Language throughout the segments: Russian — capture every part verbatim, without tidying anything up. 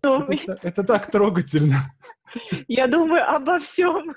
Это, это так трогательно. Я думаю обо всем.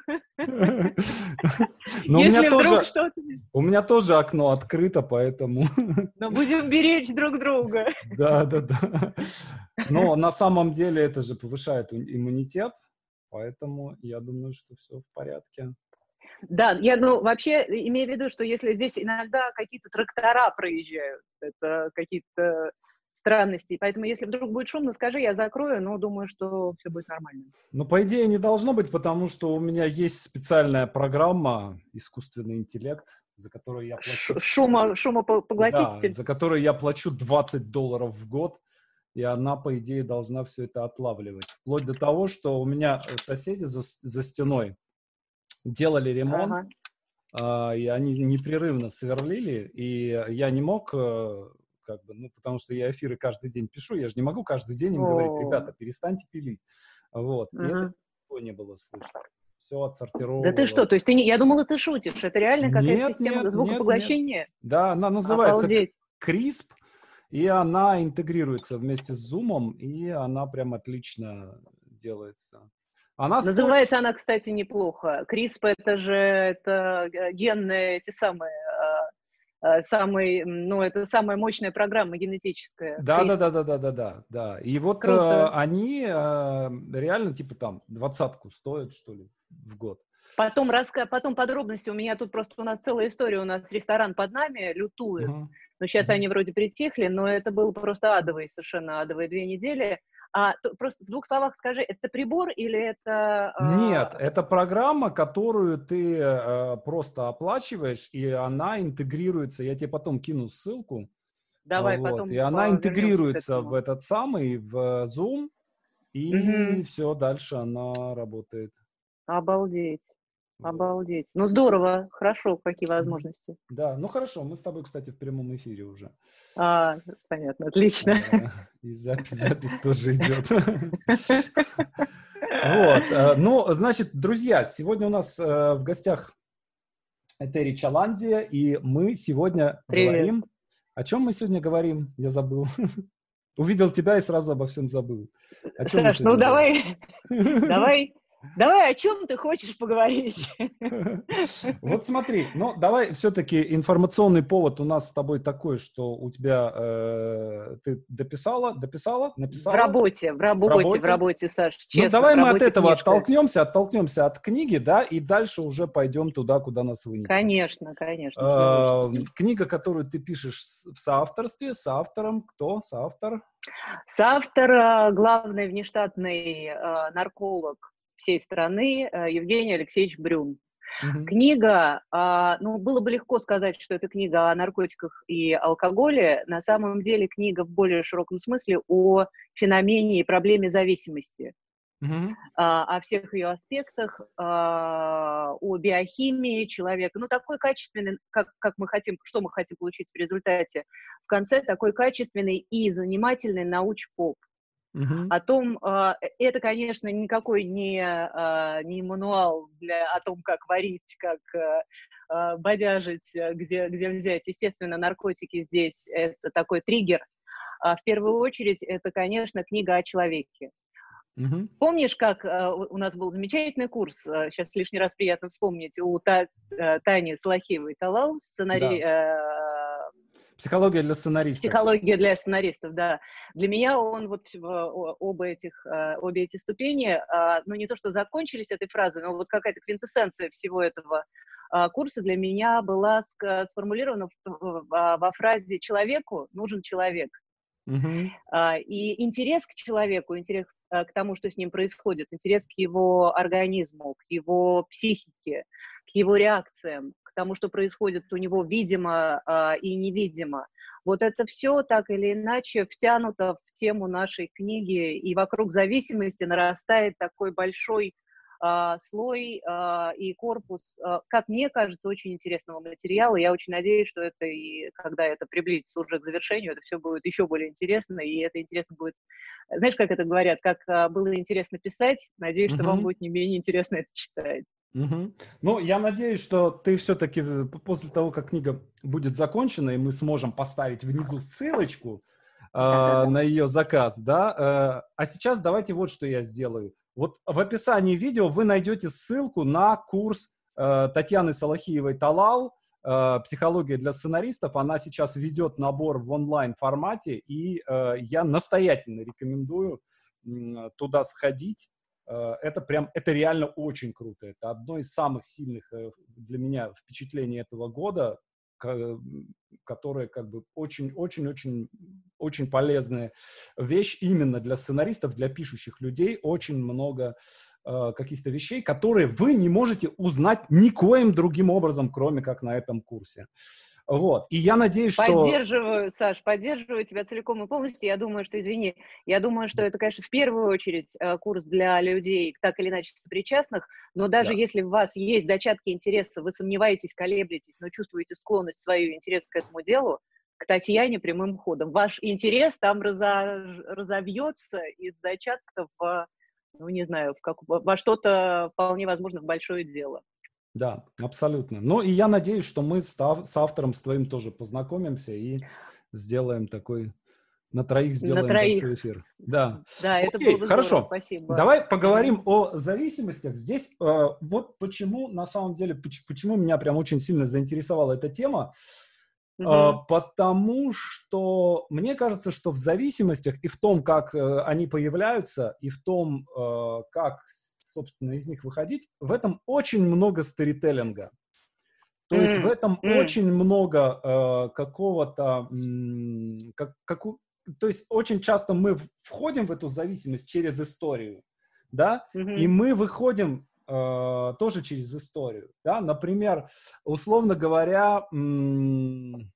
Но у меня Если вдруг тоже, что-то... у меня тоже окно открыто, поэтому... Но будем беречь друг друга. Да, да, да. Но на самом деле это же повышает иммунитет, поэтому я думаю, что все в порядке. Да, я, ну, вообще имею в виду, что если здесь иногда какие-то трактора проезжают, это какие-то странности, поэтому если вдруг будет шумно, скажи, я закрою, но думаю, что все будет нормально. Ну, по идее, не должно быть, потому что у меня есть специальная программа «Искусственный интеллект», за которую я плачу... Шума, шумопоглотитель. Да, за которую я плачу двадцать долларов в год, и она, по идее, должна все это отлавливать. Вплоть до того, что у меня соседи за, за стеной делали ремонт, ага. э, и они непрерывно сверлили, и я не мог, э, как бы, ну, потому что я эфиры каждый день пишу, я же не могу каждый день им О. говорить, ребята, перестаньте пилить. Вот, ага. И это ничего не было слышно. Все отсортировало. Да ты что, то есть ты не... Я думала, ты шутишь, это реально какая-то нет, система нет, звукопоглощения? Нет, нет. Да, она называется Обалдеть. крисп, и она интегрируется вместе с Zoom, и она прям отлично делается. Она Называется стоит... она, кстати, неплохо. крисп это же это генные, эти самые, самые, ну, это самая мощная программа генетическая. Да, да, да, да, да, да, да, да. И вот э, они э, реально типа там двадцатку стоят, что ли, в год. Потом, раска... Потом подробности. У меня тут просто у нас целая история. У нас ресторан под нами лютует. Uh-huh. Но сейчас uh-huh. они вроде притихли, но это было просто адовые, совершенно адовые две недели. А то, просто в двух словах скажи, это прибор или это... Нет, э... это программа, которую ты э, просто оплачиваешь, и она интегрируется. Я тебе потом кину ссылку. Давай вот, потом. И она интегрируется в этот самый, в Zoom, и uh-huh. все, дальше она работает. Обалдеть. Обалдеть. Ну, здорово, хорошо, какие возможности. Да, ну хорошо, мы с тобой, кстати, в прямом эфире уже. А, понятно, отлично. А, и запись, запись тоже идет. Вот, ну, значит, друзья, сегодня у нас в гостях Этери Чаландия, и мы сегодня Привет. говорим... О чем мы сегодня говорим? Я забыл. Увидел тебя и сразу обо всем забыл. О чем Саш, ну давай, давай, давай, о чем ты хочешь поговорить? Вот смотри, ну давай все-таки информационный повод у нас с тобой такой, что у тебя э, ты дописала, дописала, написала? В работе, в работе, в работе, в работе Саш, честно. Ну давай мы от этого книжка. оттолкнемся, оттолкнемся от книги, да, и дальше уже пойдем туда, куда нас вынесет. Конечно, конечно. Э, книга, которую ты пишешь в соавторстве, с автором, кто соавтор? Соавтор главный внештатный э, нарколог всей страны э, Евгений Алексеевич Брюн. Uh-huh. Книга, э, ну, было бы легко сказать, что это книга о наркотиках и алкоголе. На самом деле книга в более широком смысле о феномене и проблеме зависимости. Uh-huh. О всех ее аспектах, о биохимии человека. Ну, такой качественный, как, как мы хотим, что мы хотим получить в результате. В конце такой качественный и занимательный науч-поп. Uh-huh. О том, это, конечно, никакой не, не мануал для, о том, как варить, как бодяжить, где, где взять. Естественно, наркотики здесь это такой триггер. В первую очередь, это, конечно, книга о человеке. Uh-huh. Помнишь, как э, у нас был замечательный курс, э, сейчас лишний раз приятно вспомнить, у Та, э, Тани Салахиевой-Талал, сценарий... Да. Э, Психология для сценаристов. Психология для сценаристов, да. Для меня он вот оба этих, обе эти ступени, ну не то, что закончились этой фразой, но вот какая-то квинтэссенция всего этого курса для меня была сформулирована во фразе «человеку нужен человек». Uh-huh. И интерес к человеку, интерес к тому, что с ним происходит, интерес к его организму, к его психике, к его реакциям, к тому, что происходит у него видимо и невидимо. Вот это все так или иначе втянуто в тему нашей книги, и вокруг зависимости нарастает такой большой Uh, слой uh, и корпус, uh, как мне кажется, очень интересного материала. Я очень надеюсь, что это и когда это приблизится уже к завершению, это все будет еще более интересно, и это интересно будет... Знаешь, как это говорят, как uh, было интересно писать, надеюсь, uh-huh. что вам будет не менее интересно это читать. Uh-huh. Ну, я надеюсь, что ты все-таки после того, как книга будет закончена, и мы сможем поставить внизу ссылочку, да, да. на ее заказ, да. А сейчас давайте вот что я сделаю. Вот в описании видео вы найдете ссылку на курс Татьяны Салахиевой-Талал «Психология для сценаристов». Она сейчас ведет набор в онлайн-формате, и я настоятельно рекомендую туда сходить. Это прям, это реально очень круто. Это одно из самых сильных для меня впечатлений этого года, которая как бы очень-очень-очень очень полезная вещь именно для сценаристов, для пишущих людей. Очень много э, каких-то вещей, которые вы не можете узнать никоим другим образом, кроме как на этом курсе. Вот. И я надеюсь, что... Поддерживаю, Саш, поддерживаю тебя целиком и полностью. Я думаю, что, извини, я думаю, что это, конечно, в первую очередь курс для людей, так или иначе, сопричастных, но даже да. если у вас есть зачатки интереса, вы сомневаетесь, колеблетесь, но чувствуете склонность свою, интерес к этому делу, к Татьяне прямым ходом. Ваш интерес там разо... разовьется из зачатков, ну, не знаю, в как... во что-то вполне возможно в большое дело. Да, абсолютно. Ну, и я надеюсь, что мы с, с автором, с твоим тоже познакомимся и сделаем такой, на троих сделаем на троих. большой эфир. Да, да Окей, это было бы хорошо. Здорово, спасибо. Давай поговорим mm-hmm. о зависимостях. Здесь э, вот почему, на самом деле, почему меня прям очень сильно заинтересовала эта тема. Mm-hmm. Э, потому что мне кажется, что в зависимостях и в том, как э, они появляются, и в том, э, как... собственно, из них выходить, в этом очень много сторителлинга. То mm, есть в этом mm. очень много э, какого-то... М, как, как, то есть очень часто мы входим в эту зависимость через историю, да, mm-hmm. и мы выходим э, тоже через историю, да. Например, условно говоря, м,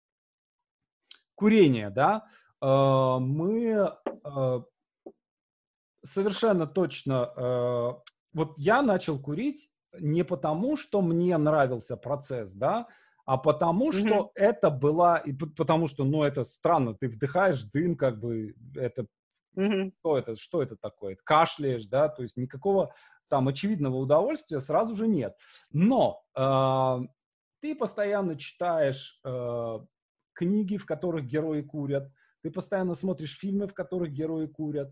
курение, да, э, мы... Э, Совершенно точно. Э, вот я начал курить не потому, что мне нравился процесс, да, а потому, mm-hmm. что это была, и потому что, ну, это странно, ты вдыхаешь дым, как бы, это, mm-hmm. что это, что это такое, кашляешь, да, то есть никакого там очевидного удовольствия сразу же нет. Но э, ты постоянно читаешь э, книги, в которых герои курят, ты постоянно смотришь фильмы, в которых герои курят,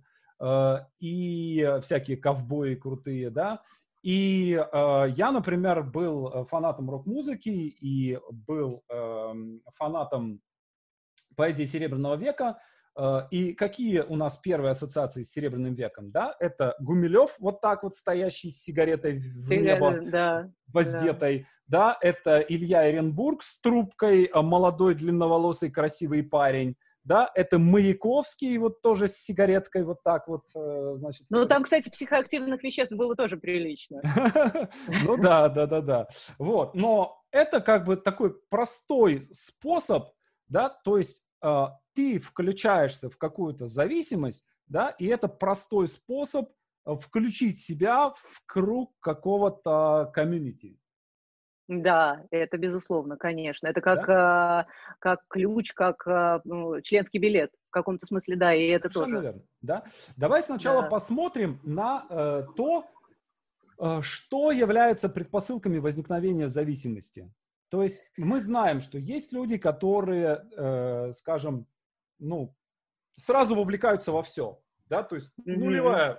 и всякие ковбои крутые, да, и э, я, например, был фанатом рок-музыки и был э, фанатом поэзии Серебряного века, э, и какие у нас первые ассоциации с Серебряным веком, да, это Гумилев, вот так вот стоящий с сигаретой в небо, да, воздетой, да. да, это Илья Эренбург с трубкой, молодой, длинноволосый, красивый парень. Да, это Маяковский, вот тоже с сигареткой, вот так вот, значит. Ну, там, кстати, психоактивных веществ было тоже прилично. Ну да, да, да, да. Вот, но это как бы такой простой способ, да, то есть ты включаешься в какую-то зависимость, да, и это простой способ включить себя в круг какого-то комьюнити. Да, это безусловно, конечно. Это как, да? э, как ключ, как э, ну, членский билет. В каком-то смысле, да, и это Совершенно тоже. Верно, да. Давай сначала да. посмотрим на э, то, э, что является предпосылками возникновения зависимости. То есть мы знаем, что есть люди, которые, э, скажем, ну, сразу вовлекаются во все, да, то есть mm-hmm. нулевая...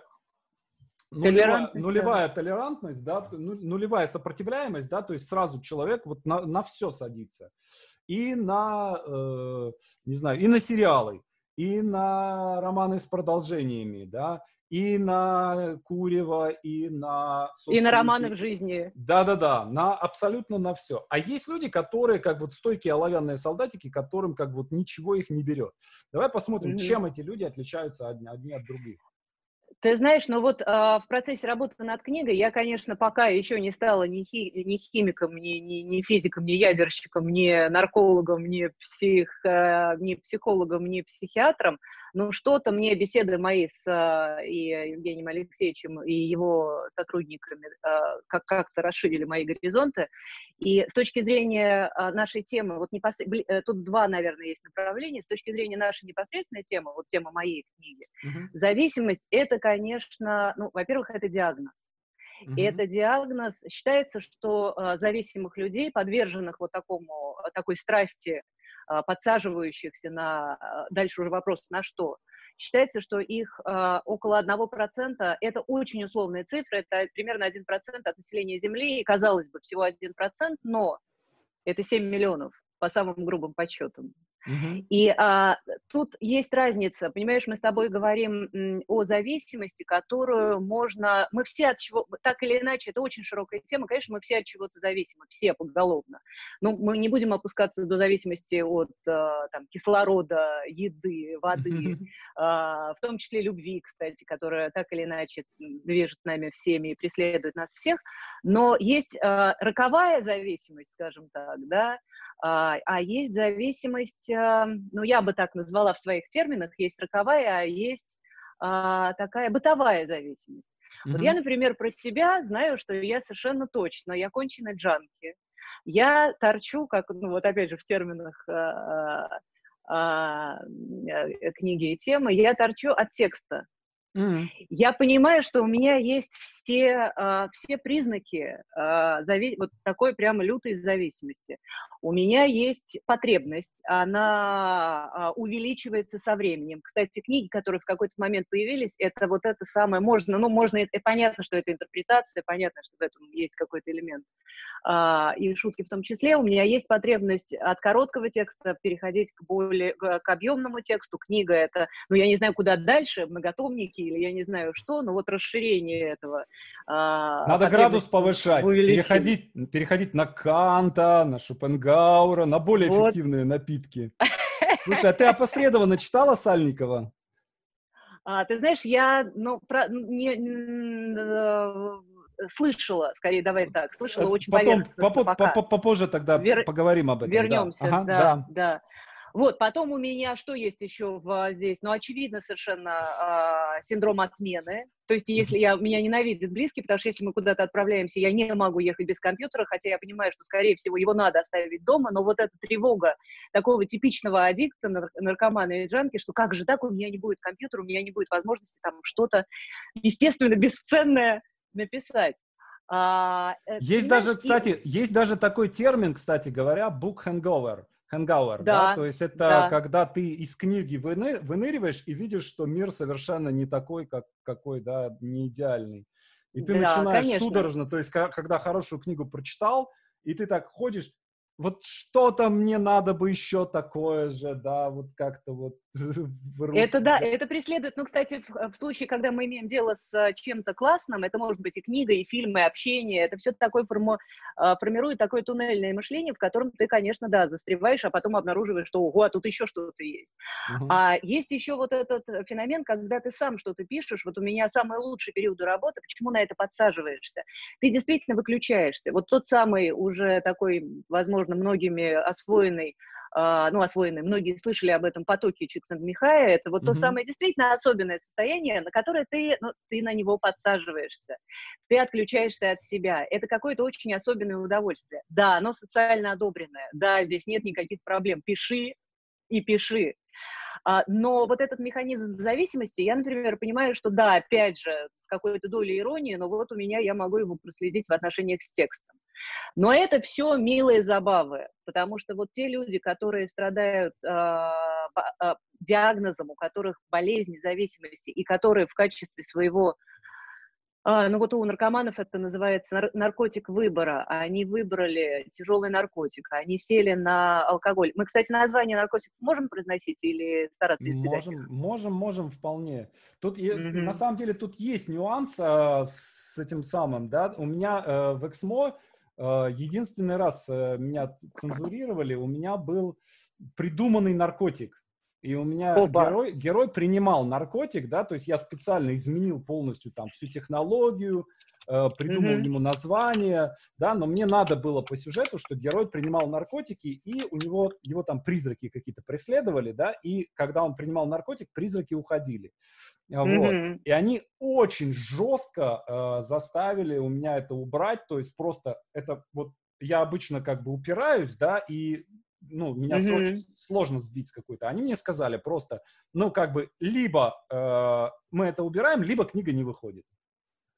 Нулевая, нулевая да. толерантность, да, нулевая сопротивляемость, да, то есть сразу человек вот на, на все садится. И на, э, не знаю, и на сериалы, и на романы с продолжениями, да, и на курево, и на соцсети. И на романы в жизни. Да-да-да, на, абсолютно на все. А есть люди, которые как вот стойкие оловянные солдатики, которым как вот ничего их не берет. Давай посмотрим, mm-hmm. чем эти люди отличаются одни, одни от других. Ты знаешь, ну вот э, в процессе работы над книгой я, конечно, пока еще не стала ни, хи, ни химиком, ни, ни, ни физиком, ни ядерщиком, ни наркологом, ни, псих, э, ни психологом, ни психиатром, но что-то мне беседы мои с э, и Евгением Алексеевичем и его сотрудниками э, как- как-то расширили мои горизонты. И с точки зрения э, нашей темы, вот непосред... э, тут два, наверное, есть направления, с точки зрения нашей непосредственной темы, вот тема моей книги, uh-huh. зависимость — это, конечно, ну, во-первых, это диагноз. Uh-huh. И это диагноз, считается, что э, зависимых людей, подверженных вот такому, такой страсти подсаживающихся на, дальше уже вопрос, на что. Считается, что их э, около одного процента, это очень условная цифра, это примерно один процент от населения Земли, и, казалось бы, всего один процент, но это семь миллионов по самым грубым подсчетам. Uh-huh. И а, тут есть разница, понимаешь, мы с тобой говорим м, о зависимости, которую можно, мы все от чего, так или иначе, это очень широкая тема, конечно, мы все от чего-то зависимы, все поголовно, но мы не будем опускаться до зависимости от а, там, кислорода, еды, воды, uh-huh. а, в том числе любви, кстати, которая так или иначе движет нами всеми и преследует нас всех, но есть а, роковая зависимость, скажем так, да, а, а есть зависимость, ну, я бы так назвала в своих терминах, есть роковая, а есть а, такая бытовая зависимость. Mm-hmm. Вот я, например, про себя знаю, что я совершенно точно, я конченая джанки. Я торчу, как, ну, вот опять же, в терминах а, а, книги и темы, я торчу от текста. Mm-hmm. Я понимаю, что у меня есть все, uh, все признаки uh, зави- вот такой прямо лютой зависимости. У меня есть потребность, она uh, увеличивается со временем. Кстати, книги, которые в какой-то момент появились, это вот это самое, можно, ну, можно, это, понятно, что это интерпретация, понятно, что в этом есть какой-то элемент, uh, и шутки в том числе. У меня есть потребность от короткого текста переходить к более, к, к объемному тексту. Книга это, ну, я не знаю, куда дальше, многотомники, или я не знаю что, но вот расширение этого. Надо градус повышать, переходить, переходить на Канта, на Шопенгауэра, на более вот. Эффективные напитки. Слушай, а ты опосредованно читала Сальникова? А, ты знаешь, я ну, про, не, не, слышала, скорее, давай так, слышала очень Потом, поверхностно пока. Попозже тогда Вер... поговорим об этом. Вернемся, да, ага, да, да. да. Вот, потом у меня что есть еще в, здесь? Ну, очевидно совершенно э, синдром отмены. То есть, если я, меня ненавидят близкие, потому что если мы куда-то отправляемся, я не могу ехать без компьютера, хотя я понимаю, что, скорее всего, его надо оставить дома, но вот эта тревога такого типичного аддикта, наркомана и джанки, что как же так, у меня не будет компьютера, у меня не будет возможности там что-то, естественно, бесценное написать. А, есть даже, кстати, и... есть даже такой термин, кстати говоря, book hangover. Hangover, да, да? То есть это да. Когда ты из книги выны, выныриваешь и видишь, что мир совершенно не такой, как, какой, да, не идеальный. И ты да, начинаешь конечно. Судорожно, то есть когда хорошую книгу прочитал, и ты так ходишь, вот что-то мне надо бы еще такое же, да, вот как-то вот. Это да, это преследует, ну, кстати, в, в случае, когда мы имеем дело с чем-то классным, это может быть и книга, и фильм, и общение, это все такое форму, формирует такое туннельное мышление, в котором ты, конечно, да, застреваешь, а потом обнаруживаешь, что, ого, а тут еще что-то есть. Uh-huh. А есть еще вот этот феномен, когда ты сам что-то пишешь, вот у меня самые лучшие периоды работы, почему на это подсаживаешься? Ты действительно выключаешься. Вот тот самый уже такой, возможно, многими освоенный, Uh, ну, освоенный, многие слышали об этом потоке Чиксент-Михая, это вот mm-hmm. то самое действительно особенное состояние, на которое ты, ну, ты на него подсаживаешься, ты отключаешься от себя, это какое-то очень особенное удовольствие. Да, оно социально одобренное, да, здесь нет никаких проблем, пиши и пиши. Uh, но вот этот механизм зависимости, я, например, понимаю, что да, опять же, с какой-то долей иронии, но вот у меня я могу его проследить в отношениях с текстом. Но это все милые забавы, потому что вот те люди, которые страдают э, э, диагнозом, у которых болезнь зависимости, и которые в качестве своего, э, ну вот у наркоманов это называется нар- наркотик выбора, они выбрали тяжелый наркотик, они сели на алкоголь. Мы, кстати, название наркотиков можем произносить или стараться избегать Можем, их? можем, можем вполне. Тут, Mm-hmm. на самом деле, тут есть нюанс э, с этим самым, да, у меня э, в Эксмо единственный раз меня цензурировали, у меня был придуманный наркотик. И у меня герой, герой принимал наркотик, да, то есть я специально изменил полностью там всю технологию, э, придумал mm-hmm. ему название, да, но мне надо было по сюжету, что герой принимал наркотики, и у него, его там призраки какие-то преследовали, да, и когда он принимал наркотик, призраки уходили. Вот. Mm-hmm. И они очень жестко э, заставили у меня это убрать, то есть просто это вот я обычно как бы упираюсь, да, и ну, меня mm-hmm. сложно сбить с какой-то. Они мне сказали просто, ну, как бы либо э, мы это убираем, либо книга не выходит.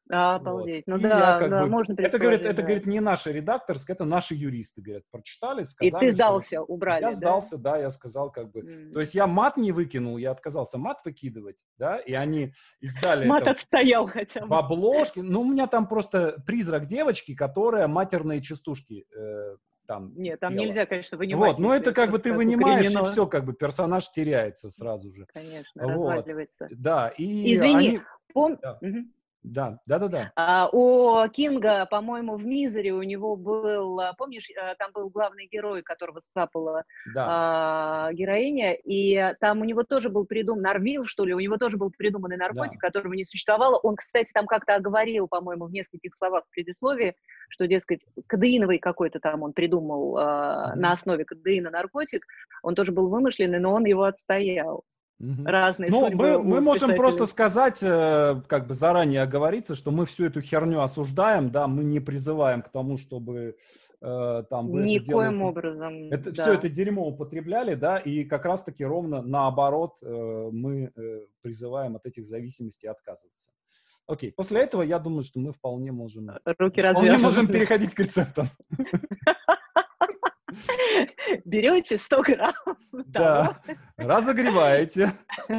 А, Вот. обалдеть. Ну И я да, как да, бы... можно Это, говорит, предположить, это, да. говорит, не наши редакторские, это наши юристы, говорят, прочитали, И ты сказали, что... сдался, Я убрали, да? сдался, да, я сказал как бы... То М. есть я мат не выкинул, я отказался мат выкидывать, да, и они издали Мат это отстоял хотя в бы. обложке. Ну, у меня там просто призрак девочки, которая матерные частушки э, там Нет, там пела. нельзя, конечно, вынимать, Вот, ну если это как это бы ты так вынимаешь, и укоренено. все, как бы персонаж теряется сразу же. Конечно, Вот, разваливается. да, и Извини, они... пом... Да, Мгм. да, да, да, да. А, у Кинга, по-моему, в «Мизере» у него был, а, помнишь, а, там был главный герой, которого сцапала Да. а, героиня, и там у него тоже был придуман, Нарвил, что ли, у него тоже был придуманный наркотик, Да. которого не существовало. Он, кстати, там как-то оговорил, по-моему, в нескольких словах в предисловии, что, дескать, кодеиновый какой-то там он придумал а, Мгм. на основе кодеина наркотик, он тоже был вымышленный, но он его отстоял. Мгм. Разные Ну, судьбы мы, мы у можем просто писателей. сказать, э, как бы заранее оговориться, что мы всю эту херню осуждаем, да, мы не призываем к тому, чтобы э, там вы это дело, Никоим упо- образом, это, все да. это дерьмо употребляли, да, и как раз-таки ровно наоборот э, мы э, призываем от этих зависимостей отказываться. Окей, после этого я думаю, что мы вполне можем, Руки вполне развязаны, можем да. переходить к рецептам. Берете сто грамм того. Да, разогреваете.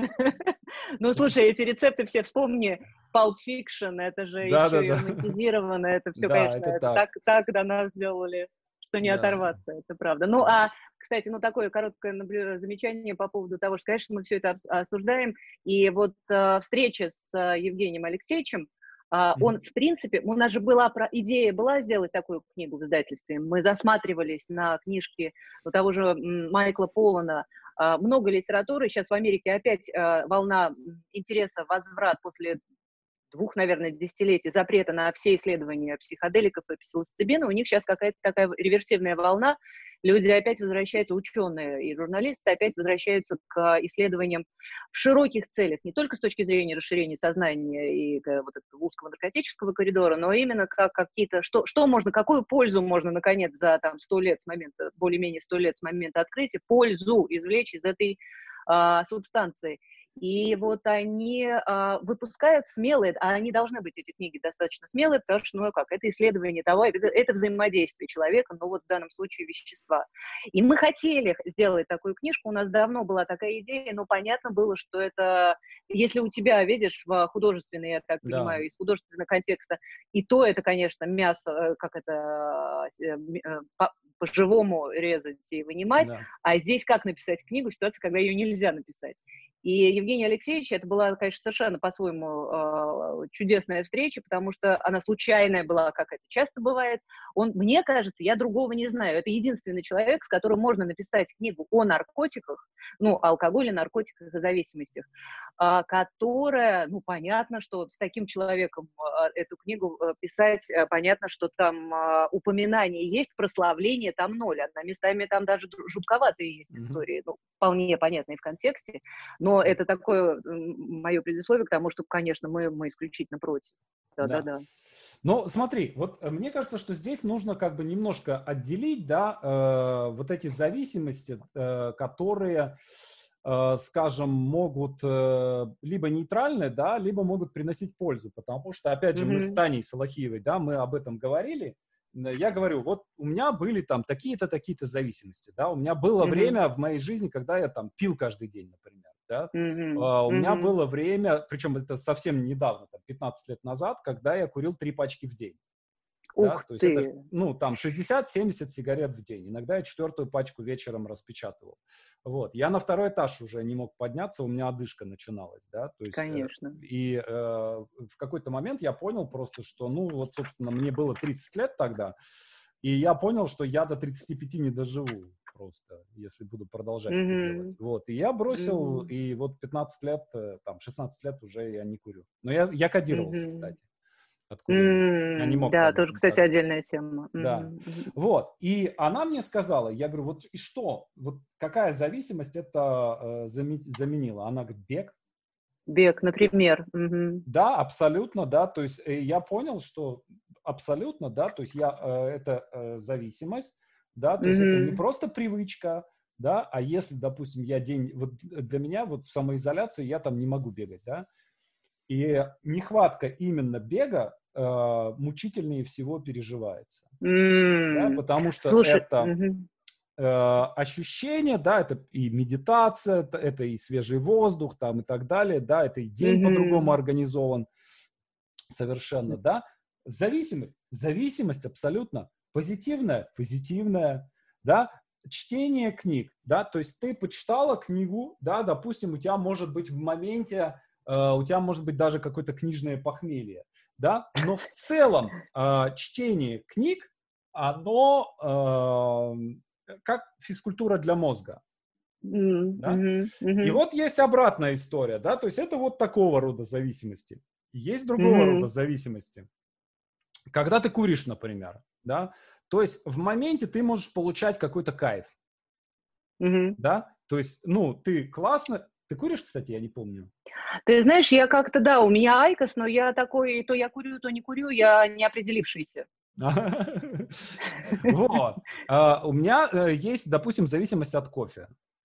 Ну, слушай, эти рецепты все вспомни. Pulp Fiction, это же еще и Да-да-да. романтизировано. Это все, Да, конечно, это это так. так, так до нас сделали, что не Да, оторваться, это правда. Ну, да. а, кстати, ну, такое короткое наблю- замечание по поводу того, что, конечно, мы все это обс- осуждаем. И вот э, встреча с э, Евгением Алексеевичем, а, он, Мгм. в принципе, у нас же была про- идея была сделать такую книгу в издательстве. Мы засматривались на книжки у того же м, Майкла Поллана. А, много литературы. Сейчас в Америке опять а, волна м, интереса, возврат после двух, наверное, десятилетий запрета на все исследования психоделиков и псилоцибина. У них сейчас какая-то такая реверсивная волна. Люди опять возвращаются, ученые и журналисты опять возвращаются к исследованиям в широких целях, не только с точки зрения расширения сознания и э, вот этого узкого наркотического коридора, но именно как какие-то, что, что можно, какую пользу можно, наконец, за там сто лет с момента, более-менее сто лет с момента открытия, пользу извлечь из этой а, субстанции. И вот они а, выпускают смелые, а они должны быть, эти книги, достаточно смелые, потому что, ну как, это исследование того, это, это взаимодействие человека, ну вот в данном случае вещества. И мы хотели сделать такую книжку, у нас давно была такая идея, но понятно было, что это, если у тебя, видишь, в художественной, я так Да, понимаю, из художественного контекста, и то это, конечно, мясо, э, как это, э, э, по- по-живому резать и вынимать, да. а здесь как написать книгу в ситуации, когда ее нельзя написать. И Евгений Алексеевич, это была, конечно, совершенно по-своему э, чудесная встреча, потому что она случайная была, как это часто бывает. Он, мне кажется, я другого не знаю. Это единственный человек, с которым можно написать книгу о наркотиках, ну, алкоголе, наркотиках и зависимостях, э, которая, ну, понятно, что с таким человеком э, эту книгу э, писать, э, понятно, что там э, упоминания есть, прославление там ноль, а местами там даже жутковатые есть Мгм. истории, ну, вполне понятные в контексте. Но это такое мое предисловие к тому, что, конечно, мы, мы исключительно против. Да. Да-да-да. Но смотри, вот э, мне кажется, что здесь нужно как бы немножко отделить, да, э, вот эти зависимости, э, которые, э, скажем, могут э, либо нейтральны, да, либо могут приносить пользу, потому что, опять же, мы с Мгм. Таней Салахиевой, да, мы об этом говорили. Н- Я говорю, вот у меня были там такие-то, такие-то зависимости, да, у меня было Мгм. время в моей жизни, когда я там пил каждый день, например, да. Мгм. А, у меня Мгм. было время, причем это совсем недавно, там, пятнадцать лет назад, когда я курил три пачки в день. Да, Ух то есть это, ты! ну, там, шестьдесят-семьдесят сигарет в день. Иногда я четвертую пачку вечером распечатывал. Вот. Я на второй этаж уже не мог подняться, у меня одышка начиналась, да, то есть, э, Конечно. и э, в какой-то момент я понял просто, что, ну, вот, собственно, мне было тридцать лет тогда, и я понял, что я до тридцати пяти не доживу просто, если буду продолжать это делать. Мгм. Вот, и я бросил, Мгм. и вот пятнадцать лет, э, там, шестнадцать лет уже я не курю. Но я, я кодировался, Мгм. кстати, от курения. Я не М, мог Да, так, тоже, кстати, так бросить. отдельная тема. Да. Мгм. Мгм. Вот. И она мне сказала, я говорю, вот и что? Вот какая зависимость это э, заме- заменила? Она говорит, бег. Бег, например. Мгм. Да, абсолютно, да. То есть э, я понял, что абсолютно, да. То есть я, э, это э, зависимость, да. То есть это не Мгм. просто привычка, да. А если, допустим, я день, вот для меня вот в самоизоляции я там не могу бегать, да. И нехватка именно бега э, мучительнее всего переживается. Mm. Да, потому что Слушай, это mm-hmm. э, ощущение, да, это и медитация, это, это и свежий воздух там и так далее, да, это и день mm-hmm. по-другому организован совершенно, да. Зависимость, зависимость абсолютно позитивная, позитивная, да. Чтение книг, да, то есть ты почитала книгу, да, допустим, у тебя может быть в моменте, э, у тебя может быть даже какое-то книжное похмелье, да, но в целом э, чтение книг, оно э, как физкультура для мозга, mm-hmm. да, Mm-hmm. и вот есть обратная история, да, то есть это вот такого рода зависимости, есть другого mm-hmm. рода зависимости, когда ты куришь, например, да, то есть в моменте ты можешь получать какой-то кайф. Mm-hmm. Да, то есть, ну, ты классно... Ты куришь, кстати, я не помню. Ты знаешь, я как-то, да, у меня айкос, но я такой, то я курю, то не курю, я не определившийся. Вот. У меня есть, допустим, зависимость от кофе.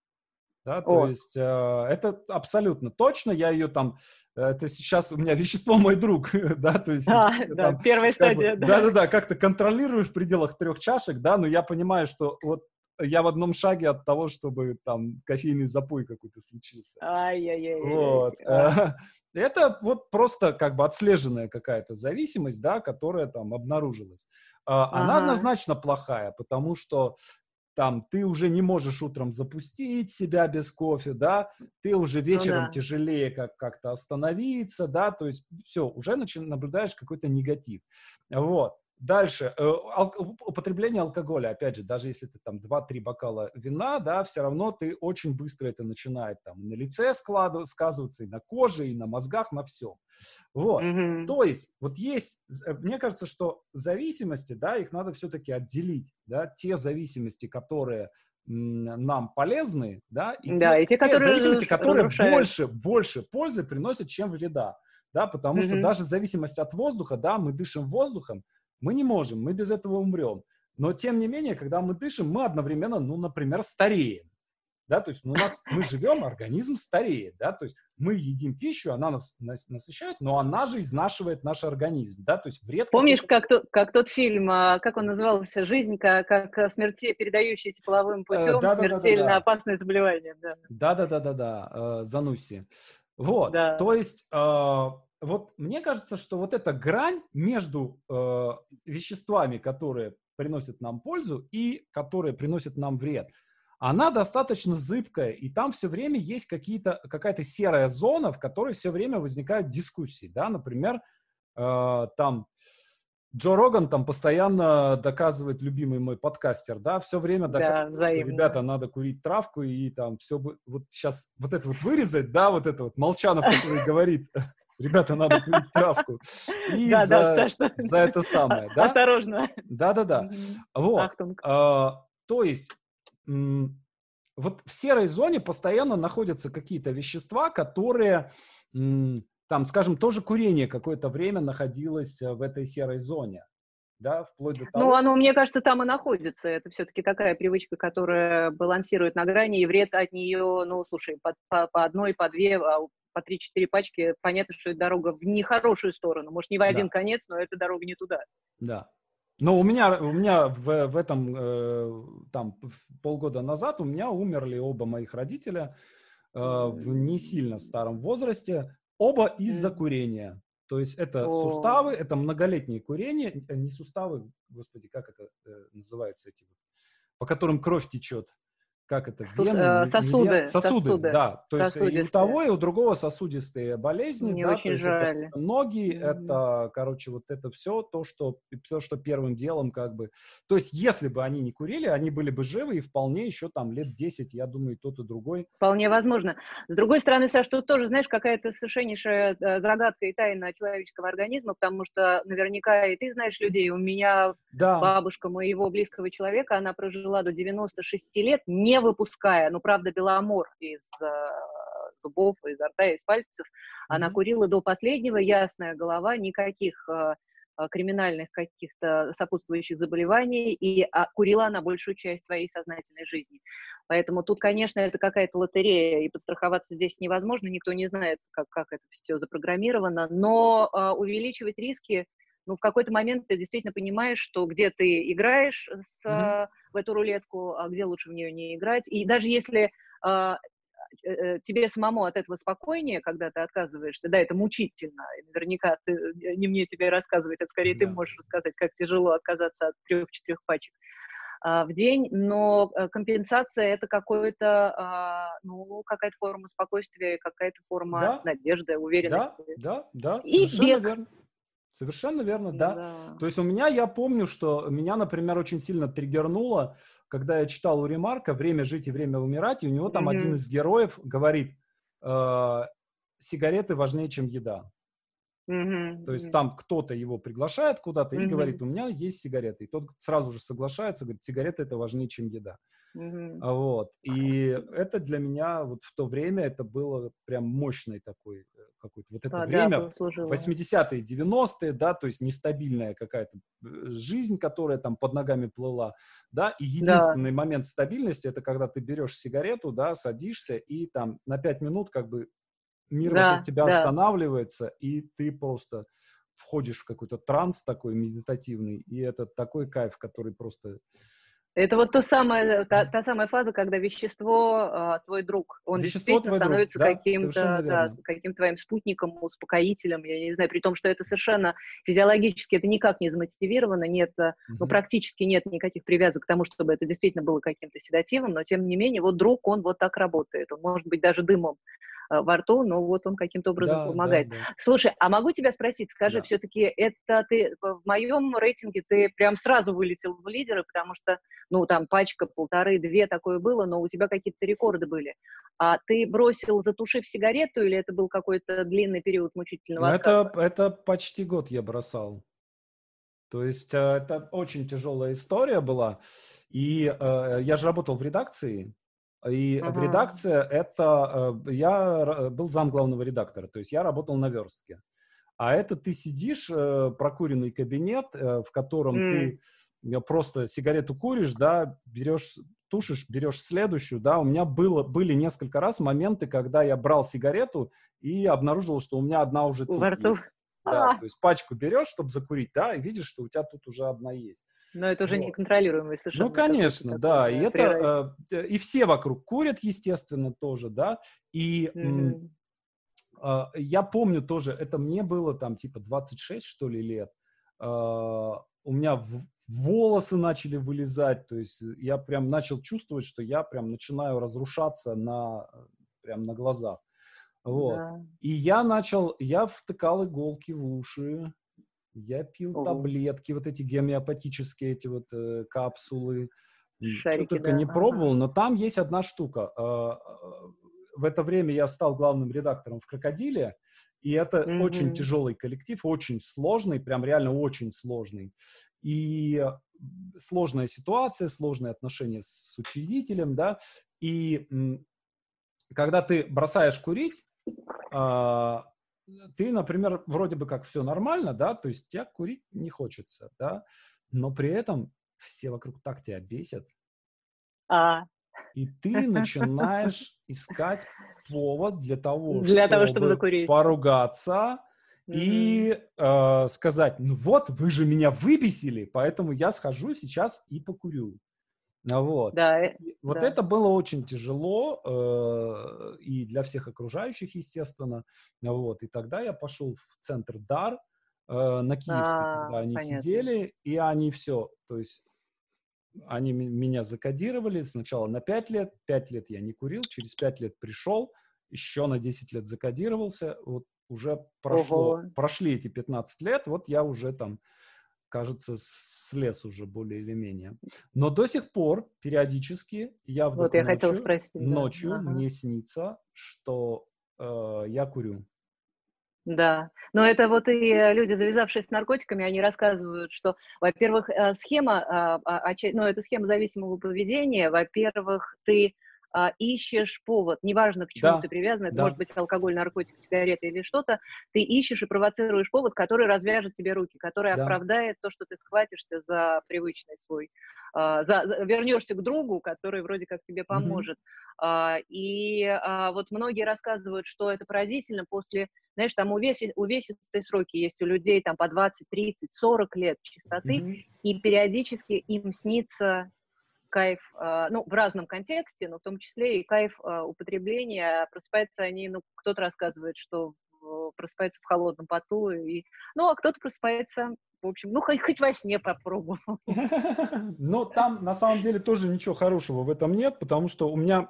Да, то есть это абсолютно точно, я ее там... Это сейчас у меня вещество мой друг, да, то есть... А, да, первая стадия, да. Да-да-да, как-то контролирую в пределах трех чашек, да, но я понимаю, что вот я в одном шаге от того, чтобы там кофейный запой какой-то случился. Ай-яй-яй. Вот. А. Это вот просто как бы отслеженная какая-то зависимость, да, которая там обнаружилась. А, ага. Она однозначно плохая, потому что там ты уже не можешь утром запустить себя без кофе, да, ты уже вечером ну, да. тяжелее как- как-то остановиться, да, то есть все, уже начи- наблюдаешь какой-то негатив. Вот. Дальше, э, ал- употребление алкоголя, опять же, даже если ты там два-три бокала вина, да, все равно ты очень быстро это начинает там на лице складывать, сказываться, и на коже, и на мозгах, на всем. Вот. Mm-hmm. То есть, вот есть, мне кажется, что зависимости, да, их надо все-таки отделить, да, те зависимости, которые м, нам полезны, да, и да, те, и те, те которые зависимости, которые разрушают. больше, больше пользы приносят, чем вреда, да, потому mm-hmm. что даже зависимость от воздуха, да, мы дышим воздухом, мы не можем, мы без этого умрем. Но, тем не менее, когда мы дышим, мы одновременно, ну, например, стареем. Да, то есть ну, у нас, мы живем, организм стареет, да, то есть мы едим пищу, она нас, нас насыщает, но она же изнашивает наш организм, да, то есть вред... Помнишь, как, то, как тот фильм, как он назывался, «Жизнь как, как смерти, передающаяся половым путем, да, смертельно да, да, да. опасное заболевание». Да, да-да-да-да-да, Занусси. Вот, да. то есть... Э, вот мне кажется, что вот эта грань между э, веществами, которые приносят нам пользу и которые приносят нам вред, она достаточно зыбкая, и там все время есть какие-то, какая-то серая зона, в которой все время возникают дискуссии, да, например, э, там Джо Роган там постоянно доказывает, любимый мой подкастер, да, все время доказывает, да, что, ребята, надо курить травку, и там все, вот сейчас вот это вот вырезать, да, вот это вот Молчанов, который говорит... Ребята, надо курить травку. И да, за, да, что... за это самое, да? Осторожно. Да-да-да. Вот. А, то есть м, вот в серой зоне постоянно находятся какие-то вещества, которые, м, там, скажем, тоже курение какое-то время находилось в этой серой зоне. Да, вплоть до того... Ну, оно, мне кажется, там и находится. Это все-таки такая привычка, которая балансирует на грани, и вред от нее, ну, слушай, по, по, по одной, по две, по три-четыре пачки, понятно, что это дорога в нехорошую сторону. Может, не в один да. конец, но это дорога не туда. Да. Но у меня, у меня в, в этом, э, там, полгода назад у меня умерли оба моих родителя э, в не сильно старом возрасте, оба из-за mm. курения. То есть это oh. суставы, это многолетнее курение, не суставы, господи, как это э, называются эти, по которым кровь течет. Как это? Вены? Сосуды. Не, не, сосуды, сосуды, да. То есть и у того, и у другого сосудистые болезни. Мне да, очень то есть жаль. Это ноги, mm-hmm. это, короче, вот это все, то что, то, что первым делом как бы... То есть если бы они не курили, они были бы живы и вполне еще там лет десять, я думаю, и тот, и другой. Вполне возможно. С другой стороны, Саш, тут тоже, знаешь, какая-то совершеннейшая загадка и тайна человеческого организма, потому что наверняка и ты знаешь людей. У меня да. бабушка моего близкого человека, она прожила до девяноста шести лет, не выпуская, ну, правда, беломор из э, зубов, изо рта, из пальцев. Она mm-hmm. курила до последнего, ясная голова, никаких э, криминальных каких-то сопутствующих заболеваний, и а, курила она большую часть своей сознательной жизни. Поэтому тут, конечно, это какая-то лотерея, и подстраховаться здесь невозможно, никто не знает, как, как это все запрограммировано, но а, увеличивать риски, ну, в какой-то момент ты действительно понимаешь, что где ты играешь с, Мгм. в эту рулетку, а где лучше в нее не играть, и даже если а, э, тебе самому от этого спокойнее, когда ты отказываешься, да, это мучительно, и наверняка ты, э, не мне тебе рассказывать, а скорее ты Да. можешь рассказать, как тяжело отказаться от трех-четырех пачек а, в день, но э, компенсация это какое-то, а, ну, какая-то форма спокойствия, какая-то форма Да, надежды, да, уверенности. да, да, И совершенно бег. верно. Совершенно верно, да. Да. То есть у меня, я помню, что меня, например, очень сильно триггернуло, когда я читал у Ремарка «Время жить и время умирать», и у него там один Мгм. из героев говорит, э, сигареты важнее, чем еда. Мгм. То есть Мгм. там кто-то его приглашает куда-то и говорит, Мгм. у меня есть сигареты. И тот сразу же соглашается, говорит, сигареты это важнее, чем еда. Мгм. А Вот. И это для меня вот в то время это было прям мощный такой э, какой-то вот это А, да, время, послужило. восьмидесятые, девяностые, да, то есть нестабильная какая-то э, жизнь, которая там под ногами плыла, да, и Да, единственный момент стабильности это когда ты берешь сигарету, да, садишься и там на пять минут как бы мир вокруг да, тебя да. останавливается, и ты просто входишь в какой-то транс такой медитативный, и это такой кайф, который просто... Это вот то самое, та, та самая фаза, когда вещество, а, твой друг, он Вещество действительно твой друг, становится да, совершенно каким-то, да, верно. с- каким твоим спутником, успокоителем, я не знаю, при том, что это совершенно физиологически, это никак не замотивировано, нет, а, ну, Мгм. практически нет никаких привязок к тому, чтобы это действительно было каким-то седативом, но тем не менее, вот друг, он вот так работает, он может быть даже дымом а, во рту, но вот он каким-то образом Да, да, помогает. да, Слушай, а могу тебя спросить, скажи, да. все-таки это ты, в моем рейтинге ты прям сразу вылетел в лидеры, потому что ну, там пачка, полторы, две такое было, но у тебя какие-то рекорды были. А ты бросил, затушив сигарету, или это был какой-то длинный период мучительного Это, отказа? это почти год я бросал. То есть э, это очень тяжелая история была. И э, я же работал в редакции. И в Ага. редакции это... э, я р- был зам главного редактора. То есть я работал на верстке. А это ты сидишь, э, прокуренный кабинет, э, в котором М. ты э, просто сигарету куришь, да, берешь, тушишь, берешь следующую, да. У меня было, были несколько раз моменты, когда я брал сигарету и обнаружил, что у меня одна уже Во тут рту. есть. Да, А, то есть пачку берешь, чтобы закурить, да, и видишь, что у тебя тут уже одна есть. но это уже Вот. неконтролируемый Ну, совершенно какой-то конечно, такой, да, и да, фрирайд. это, э, и все вокруг курят, естественно, тоже, да, и м, Мгм. а, я помню тоже, это мне было там типа двадцать шесть, что ли, лет. А, У меня в- волосы начали вылезать, то есть я прям начал чувствовать, что я прям начинаю разрушаться на, прям на глазах. Вот. Да. И я начал, я втыкал иголки в уши, я пил Ого. таблетки, вот эти гомеопатические, эти вот э, капсулы, что Шарики, только да. не Ага. пробовал, но там есть одна штука. А, а, В это время я стал главным редактором в «Крокодиле», и это очень Мгм. тяжелый коллектив, очень сложный, прям реально очень сложный. И сложная ситуация, сложные отношения с учредителем, да, и м, когда ты бросаешь курить, а, ты, например, вроде бы как все нормально, да, то есть тебя курить не хочется, да, но при этом все вокруг так тебя бесят, А. и ты начинаешь искать повод для того, Для того, чтобы чтобы закурить. поругаться Мгм. и э, сказать, ну вот, вы же меня выбесили, поэтому я схожу сейчас и покурю. А Вот. Да, э, И вот да. это было очень тяжело э, и для всех окружающих, естественно. А Вот. И тогда я пошел в центр Дар э, на Киевской, когда А, они понятно. сидели, и они все, то есть они м- меня закодировали сначала на пять лет, пять лет я не курил, через пять лет пришел, еще на десять лет закодировался, вот уже прошло, Ого. прошли эти пятнадцать лет, вот я уже там кажется, слез уже более или менее. Но до сих пор периодически я Вот вдруг я хотела ночью, спросить, да. ночью Ага. мне снится, что э, я курю. Да, но это вот и э, люди, завязавшие с наркотиками, они рассказывают, что, во-первых, э, схема, а, а, оче- ну, это схема зависимого поведения, во-первых, ты а, ищешь повод, неважно, к чему Да, ты привязан, это да. может быть алкоголь, наркотик, сигареты или что-то, ты ищешь и провоцируешь повод, который развяжет тебе руки, который Да. оправдает то, что ты схватишься за привычный свой, а, за, за, вернешься к другу, который вроде как тебе Мгм. поможет. А, и а, вот многие рассказывают, что это поразительно после, знаешь, там увеси, увесистые сроки есть у людей там по двадцать, тридцать, сорок лет чистоты, Мгм. и периодически им снится кайф, а, ну, в разном контексте, но в том числе и кайф а, употребления. Просыпаются они, ну, кто-то рассказывает, что в- просыпается в холодном поту, и, ну, а кто-то просыпается, в общем, ну, хоть, хоть во сне попробовал. Но там на самом деле тоже ничего хорошего в этом нет, потому что у меня,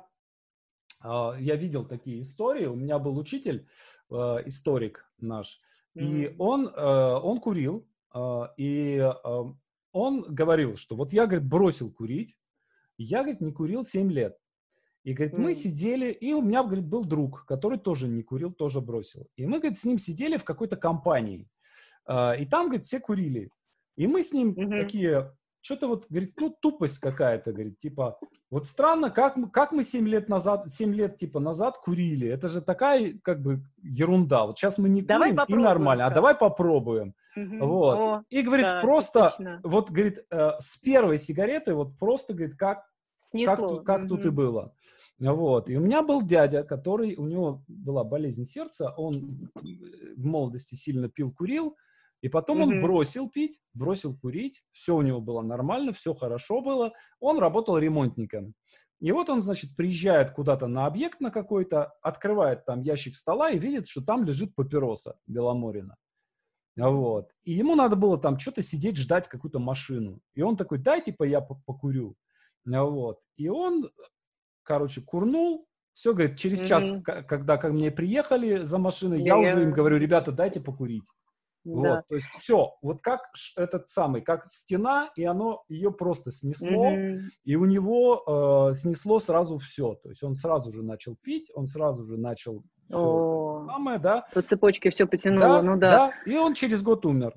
а, я видел такие истории, у меня был учитель, а, историк наш, и М, он, а, он курил, а, и а, он говорил, что вот я, говорит, бросил курить, я, говорит, не курил семь лет. И, говорит, мы м, сидели, и у меня, говорит, был друг, который тоже не курил, тоже бросил. И мы, говорит, с ним сидели в какой-то компании. А, И там, говорит, все курили. И мы с ним мгм. такие, что-то вот, говорит, ну, тупость какая-то, говорит, типа, вот странно, как, мы- как мы семь лет назад, семь лет, типа, назад курили. Это же такая, как бы, ерунда. Вот сейчас мы не Давай курим, и нормально, а попробуем-ка. давай попробуем. Мгм. Вот. О, И, говорит, да, это просто, точно. вот, говорит, э, с первой сигареты, вот, просто, говорит, как как Снесло. тут, как тут и Мгм. было. Вот. И у меня был дядя, который, у него была болезнь сердца, он э, в молодости сильно пил, курил, и потом он Мгм. бросил пить, бросил курить, все у него было нормально, все хорошо было, он работал ремонтником. И вот он, значит, приезжает куда-то на объект на какой-то, открывает там ящик стола и видит, что там лежит папироса Беломорина. Вот. И ему надо было там что-то сидеть, ждать какую-то машину. И он такой, дай, типа, я покурю. Вот. И он, короче, курнул. Все, говорит, через час, Мгм. к- когда ко мне приехали за машиной, Я, я уже им я, говорю, ребята, дайте покурить. да. Вот, то есть все, вот как ш- этот самый, как стена, и оно ее просто снесло, Мгм. и у него э, снесло сразу все. То есть он сразу же начал пить, он сразу же начал все это О, самое, да, по цепочке все потянуло, да, ну да. да, и он через год умер.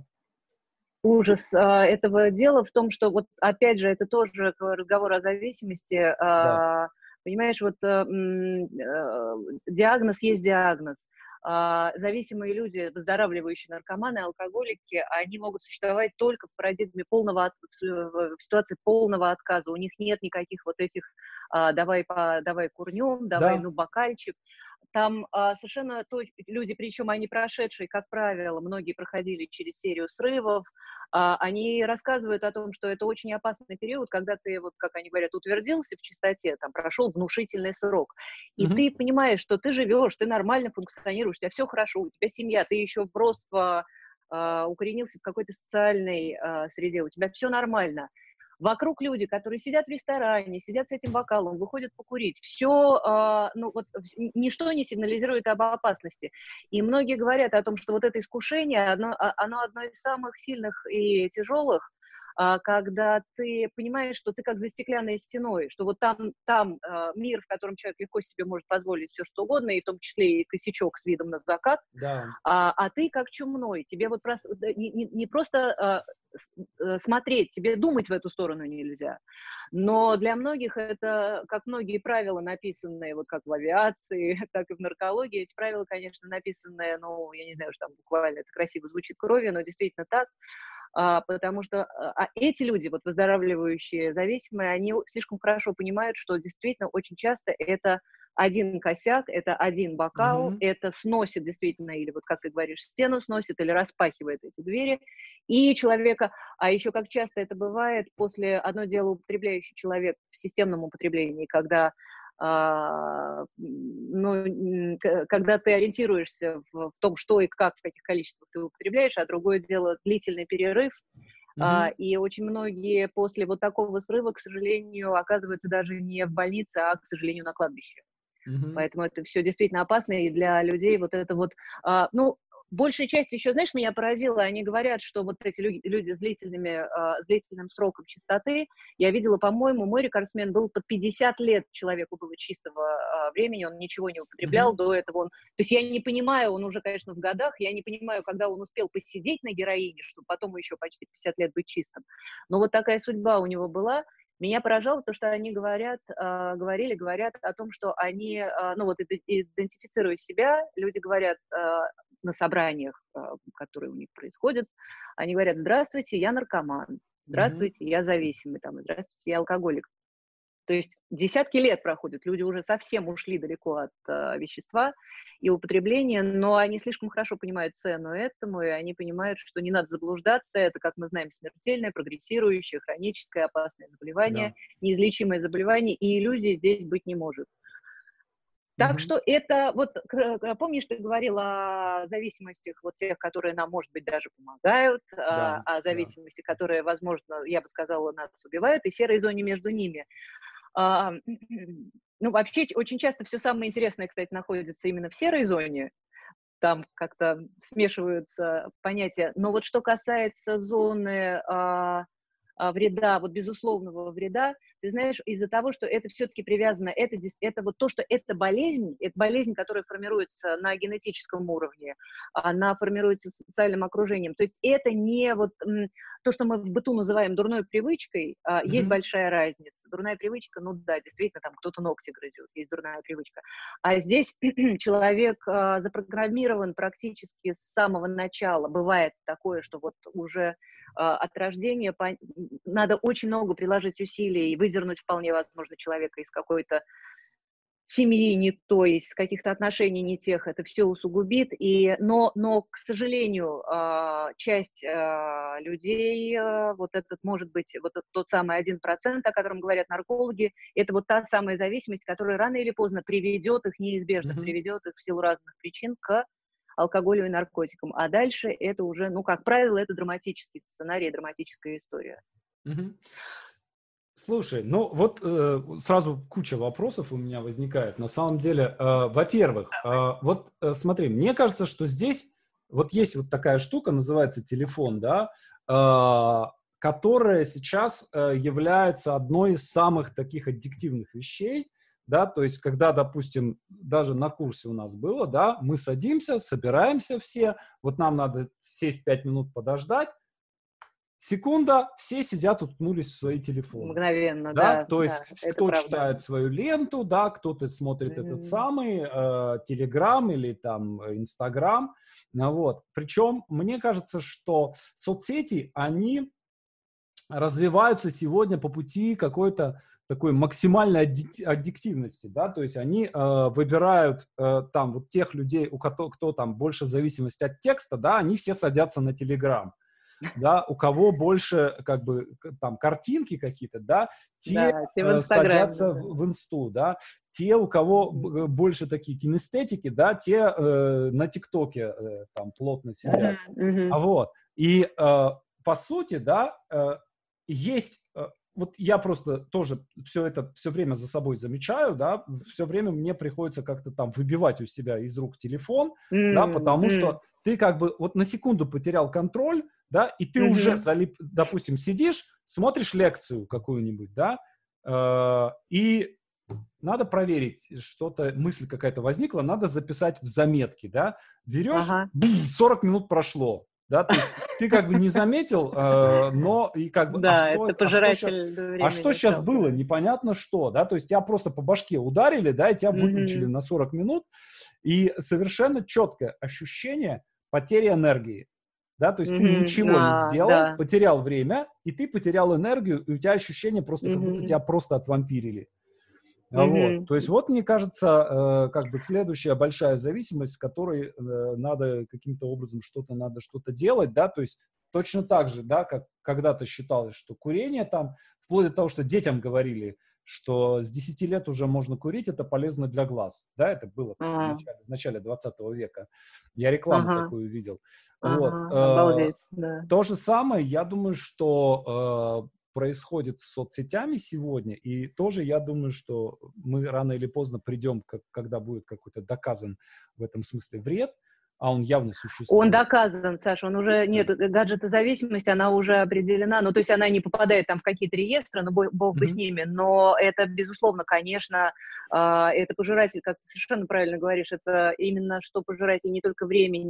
Ужас а, этого дела в том, что вот опять же это тоже к разговору о зависимости. Да, а, Понимаешь, вот э, м, э, диагноз есть диагноз. А, Зависимые люди, выздоравливающие наркоманы, алкоголики, они могут существовать только в парадигме полного, от- в с- в ситуации полного отказа. У них нет никаких вот этих а, давай, по, давай курнем, давай, да. ну, бокальчик. Там а, совершенно то, люди, причем они прошедшие, как правило, многие проходили через серию срывов, а, они рассказывают о том, что это очень опасный период, когда ты, вот как они говорят, утвердился в чистоте, там прошел внушительный срок, и Мгм. ты понимаешь, что ты живешь, ты нормально функционируешь, у тебя все хорошо, у тебя семья, ты еще просто а, укоренился в какой-то социальной а, среде, у тебя все нормально. Вокруг люди, которые сидят в ресторане, сидят с этим бокалом, выходят покурить. Все, а, ну вот, в- ничто не сигнализирует об опасности. И многие говорят о том, что вот это искушение, оно, а- оно одно из самых сильных и тяжелых, а, когда ты понимаешь, что ты как за стеклянной стеной, что вот там, там а, мир, в котором человек легко себе может позволить все что угодно, и в том числе и косячок с видом на закат, Да. а, а ты как чумной, тебе вот прос, да, не, не, не просто а, с- э, смотреть, тебе думать в эту сторону нельзя. Но для многих это, как многие правила, написанные, вот как в авиации, так и в наркологии, эти правила, конечно, написанные, ну, я не знаю, что там буквально это красиво звучит кровью, но действительно так, а, потому что а, а эти люди, вот выздоравливающие зависимые, они слишком хорошо понимают, что действительно очень часто это один косяк, это один бокал, Мгм. это сносит действительно, или вот как ты говоришь, стену сносит, или распахивает эти двери, и человека, а еще как часто это бывает после, одно дело употребляющий человек в системном употреблении, когда а, ну, м, к- когда ты ориентируешься в, в том, что и как, в каких количествах ты употребляешь, а другое дело длительный перерыв, а, Мгм. и очень многие после вот такого срыва, к сожалению, оказываются даже не в больнице, а, к сожалению, на кладбище. Мгм. Поэтому это все действительно опасно, и для людей вот это вот, а, ну, большая часть еще, знаешь, меня поразило, они говорят, что вот эти люди, люди с, длительными, а, с длительным сроком чистоты, я видела, по-моему, мой рекордсмен был под пятьдесят лет человеку было чистого а, времени, он ничего не употреблял Мгм. до этого, он, то есть я не понимаю, он уже, конечно, в годах, я не понимаю, когда он успел посидеть на героине, чтобы потом еще почти пятьдесят лет быть чистым, но вот такая судьба у него была. Меня поражало то, что они говорят, э, говорили, говорят о том, что они, э, ну вот идентифицируя себя, люди говорят э, на собраниях, э, которые у них происходят, они говорят: здравствуйте, я наркоман, Мгм. здравствуйте, я зависимый, там, здравствуйте, я алкоголик. То есть десятки лет проходят, люди уже совсем ушли далеко от э, вещества и употребления, но они слишком хорошо понимают цену этому, и они понимают, что не надо заблуждаться, это, как мы знаем, смертельное, прогрессирующее, хроническое, опасное заболевание, Да. неизлечимое заболевание, и иллюзий здесь быть не может. Так Мгм. что это, вот, помнишь, ты говорила о зависимостях, вот тех, которые нам, может быть, даже помогают, Да, о да. зависимости, которые, возможно, я бы сказала, нас убивают, и серой зоне между ними. А, ну, вообще, очень часто все самое интересное, кстати, находится именно в серой зоне. Там как-то смешиваются понятия. Но вот что касается зоны а, а, вреда, вот безусловного вреда, ты знаешь, из-за того, что это все-таки привязано, это, это вот то, что это болезнь, это болезнь, которая формируется на генетическом уровне, она формируется социальным окружением. То есть это не вот м, то, что мы в быту называем дурной привычкой, а, есть Мгм. большая разница. Дурная привычка, ну да, действительно, там кто-то ногти грызет, есть дурная привычка. А здесь человек а, запрограммирован практически с самого начала. Бывает такое, что вот уже а, от рождения по... надо очень много приложить усилий и выдернуть вполне возможно человека из какой-то семьи не той, из каких-то отношений не тех, это все усугубит. И, но, но, к сожалению, а, часть а, людей, а, вот этот, может быть, вот этот, тот самый один процент, о котором говорят наркологи, это вот та самая зависимость, которая рано или поздно приведет их, неизбежно Мгм. приведет их в силу разных причин к алкоголю и наркотикам. А дальше это уже, ну, как правило, это драматический сценарий, драматическая история. Мгм. Слушай, ну вот э, сразу куча вопросов у меня возникает. На самом деле, э, во-первых, э, вот э, смотри, мне кажется, что здесь вот есть вот такая штука, называется телефон, да, э, которая сейчас э, является одной из самых таких аддиктивных вещей, да, то есть когда, допустим, даже на курсе у нас было, да, мы садимся, собираемся все, вот нам надо сесть пять минут подождать, секунда, все сидят, уткнулись в свои телефоны. Мгновенно, Да, да, то да, есть это кто правда. читает свою ленту, да, кто-то смотрит этот Мгм. самый э, Телеграм или там Инстаграм, ну, вот. Причем мне кажется, что соцсети, они развиваются сегодня по пути какой-то такой максимальной адди- аддиктивности, да, то есть они э, выбирают э, там вот тех людей, у кого, кто там больше зависимости от текста, да, они все садятся на Телеграм. Да, у кого больше, как бы, там, картинки какие-то, да, те Да, все в э, Инстаграме, садятся да. в, в инсту, да, те, у кого б- Мгм. больше такие кинестетики, да, те э, на ТикТоке э, там плотно Мгм, сидят. А мгм. вот, и э, по сути, да, э, есть, э, вот я просто тоже все это все время за собой замечаю, да, все время мне приходится как-то там выбивать у себя из рук телефон, да, М, потому м, что ты как бы вот на секунду потерял контроль, да, и ты уже мгм. залип, допустим, сидишь, смотришь лекцию какую-нибудь, да, э, и надо проверить, что-то, мысль какая-то возникла, надо записать в заметки, да, берешь, Ага. бум, сорок минут прошло, да, то есть ты как бы не заметил, э, но и как бы, а Да, что, это а что сейчас, пожиратель а что времени сейчас было, целого. непонятно что, да, то есть тебя просто по башке ударили, да, и тебя выключили Мгм, на сорок минут, и совершенно четкое ощущение потери энергии, да, то есть ты мгм. ничего не А, сделал, да. потерял время, и ты потерял энергию, и у тебя ощущение просто, как будто тебя Мгм, просто отвампирили. А вот, мгм. то есть вот, мне кажется, э, как бы следующая большая зависимость, с которой э, надо каким-то образом что-то, надо что-то делать, да, то есть точно так же, да, как когда-то считалось, что курение там, вплоть до того, что детям говорили, что с десяти лет уже можно курить, это полезно для глаз, да, это было в А, начале, в начале двадцатого века, я рекламу ага, такую видел, вот, ага, э, обалдеть, да. то же самое, я думаю, что э, происходит с соцсетями сегодня, и тоже я думаю, что мы рано или поздно придем, как, когда будет какой-то доказан в этом смысле вред, а он явно Он существует. доказан, Саша, он уже, нет, гаджетозависимость, она уже определена, ну, то есть она не попадает там в какие-то реестры, ну, бог, бог бы с Мгм. ними, но это, безусловно, конечно, э, это пожиратель, как ты совершенно правильно говоришь, это именно что пожиратель не только времени,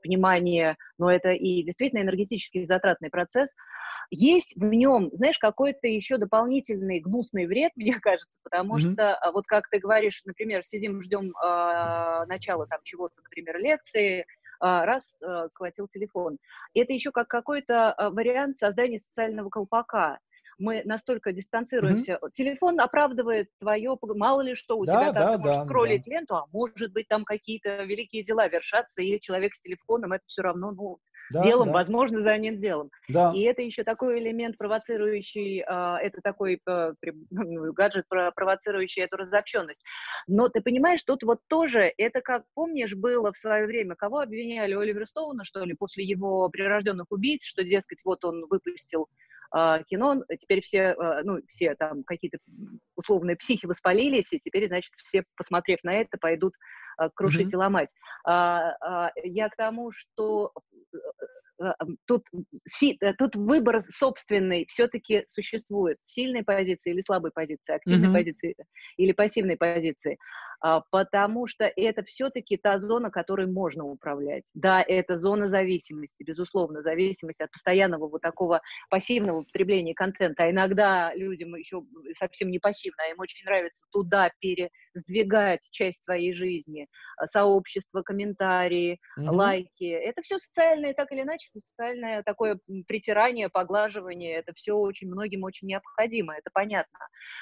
внимание, но это и действительно энергетически затратный процесс. Есть в нем, знаешь, какой-то еще дополнительный гнусный вред, мне кажется, потому Мгм. что, а, вот как ты говоришь, например, сидим, ждем а, начала там чего-то, например, лекции, а, раз а, схватил телефон. Это еще как какой-то а, вариант создания социального колпака. Мы настолько Мгм. дистанцируемся. Телефон оправдывает твое, пог- мало ли что, у тебя Да, там, да, ты можешь да, да. скроллить ленту, а может быть там какие-то великие дела вершатся, и человек с телефоном, это все равно, ну, Да, делом, да, возможно, занят делом. И да. это еще такой элемент, провоцирующий, а, это такой а, при- ну, гаджет, про- провоцирующий эту разобщенность. Но ты понимаешь, тут вот тоже, это как, помнишь, было в свое время, кого обвиняли, Оливера Стоуна, что ли, после его «Прирожденных убийц», что, дескать, вот он выпустил а, кино, теперь все, а, ну, все там какие-то условные психи воспалились, и теперь, значит, все, посмотрев на это, пойдут а, крушить Мгм. и ломать. А, а, я к тому, что э, э, тут, си, э, тут выбор собственный все-таки существует. Сильной позиции или слабой позиции, активной Мгм. позиции или пассивной позиции. А, потому что это все-таки та зона, которой можно управлять. Да, это зона зависимости, безусловно, зависимость от постоянного вот такого пассивного потребления контента. А иногда людям еще совсем не пассивно, а им очень нравится туда пересдвигать часть своей жизни, а, сообщества, комментарии, Мгм. лайки. Это все социальное, так или иначе, социальное такое м, притирание, поглаживание. Это все очень многим очень необходимо, это понятно.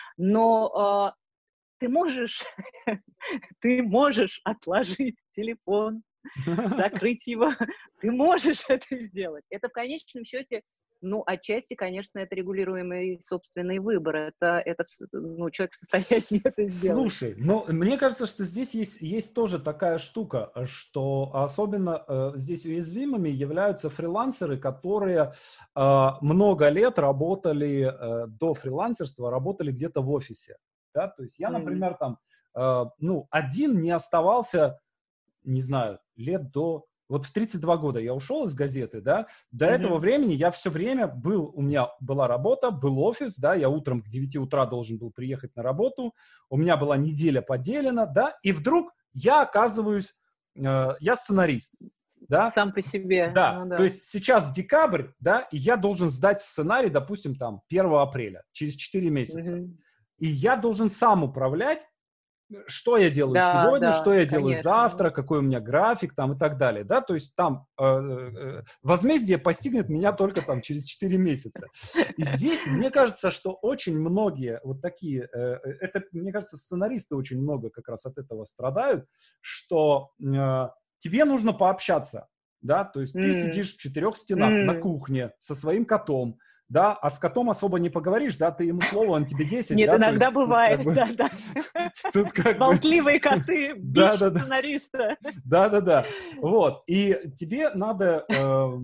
Но а, ты можешь, ты можешь отложить телефон, закрыть его. Ты можешь это сделать. Это в конечном счете, ну, отчасти, конечно, это регулируемый собственный выбор. Это, это в с- ну, человек в состоянии это сделать. Слушай, ну, мне кажется, что здесь есть, есть тоже такая штука, э, что особенно э, здесь уязвимыми являются фрилансеры, которые э, много лет работали, э, до фрилансерства, работали где-то в офисе. Да? То есть я, М, например, там, э, ну, один не оставался, не знаю, лет до... Вот в тридцать два года я ушел из газеты, да, до этого мгм. времени я все время был, у меня была работа, был офис, да, я утром к девяти утра должен был приехать на работу, у меня была неделя поделена, да, и вдруг я оказываюсь, э, я сценарист, да, Сам по себе, да, ну то да. есть сейчас декабрь, да, и я должен сдать сценарий, допустим, там, первого апреля, через четыре месяца, Мгм. и я должен сам управлять, что я делаю Да, сегодня, что да, я делаю конечно. завтра, какой у меня график там и так далее, да, то есть там э, э, возмездие постигнет меня только там через четыре месяца. И здесь, мне кажется, что очень многие вот такие, э, это, мне кажется, сценаристы очень много как раз от этого страдают, что э, тебе нужно пообщаться, да, то есть ты М, сидишь в четырех стенах на м. кухне со своим котом, да, а с котом особо не поговоришь, да, ты ему слово, он тебе десять, Нет, да, то иногда есть тут как бывает, бы, да-да. тут как бы, Болтливые коты, бич да-да-да, сценариста. да-да-да, вот, и тебе надо, э,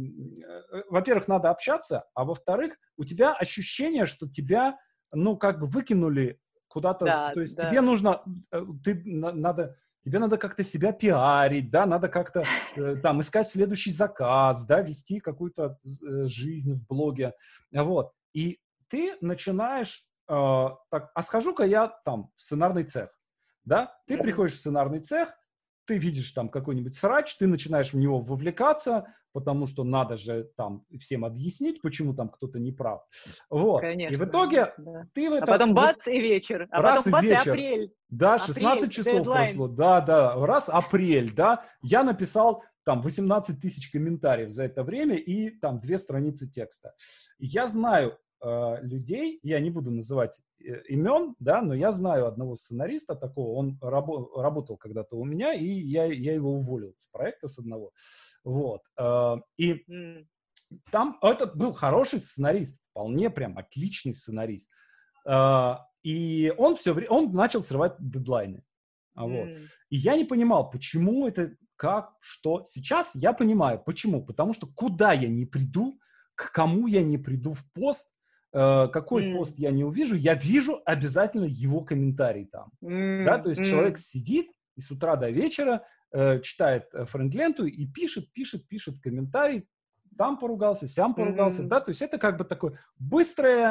э, во-первых, надо общаться, а во-вторых, у тебя ощущение, что тебя, ну, как бы выкинули куда-то, Да, то есть тебе да. нужно, э, ты, на- надо, тебе надо как-то себя пиарить, да, надо как-то э, там искать следующий заказ, да, вести какую-то э, жизнь в блоге, вот, и ты начинаешь, э, так, а схожу-ка я там в сценарный цех, да, ты Мгм. приходишь в сценарный цех, ты видишь там какой-нибудь срач, ты начинаешь в него вовлекаться, потому что надо же там всем объяснить, почему там кто-то не прав. Вот. И в Конечно, итоге да. ты в А это потом увлек... бац, и вечер. А потом Раз и бац, и вечер, апрель. да, шестнадцать Апрель, часов прошло, дедлайн. да, да, раз апрель, да, я написал там восемнадцать тысяч комментариев за это время и там две страницы текста. И я знаю э, людей, я не буду называть э, имен, да, но я знаю одного сценариста такого, он рабо- работал когда-то у меня, и я, я его уволил с проекта с одного, вот, э, и М, там это был хороший сценарист, вполне прям отличный сценарист. А, И он все время, он начал срывать дедлайны. А Вот. м, И я не понимал, почему это, как, что. Сейчас я понимаю, почему. Потому что куда я не приду, к кому я не приду в пост, э, какой пост м, я не увижу, я вижу обязательно его комментарий там. Да, то м, есть человек м, сидит и с утра до вечера э, читает э, френд-ленту и пишет, пишет, пишет комментарий, там поругался, сям поругался, м. да, то есть это как бы такое быстрое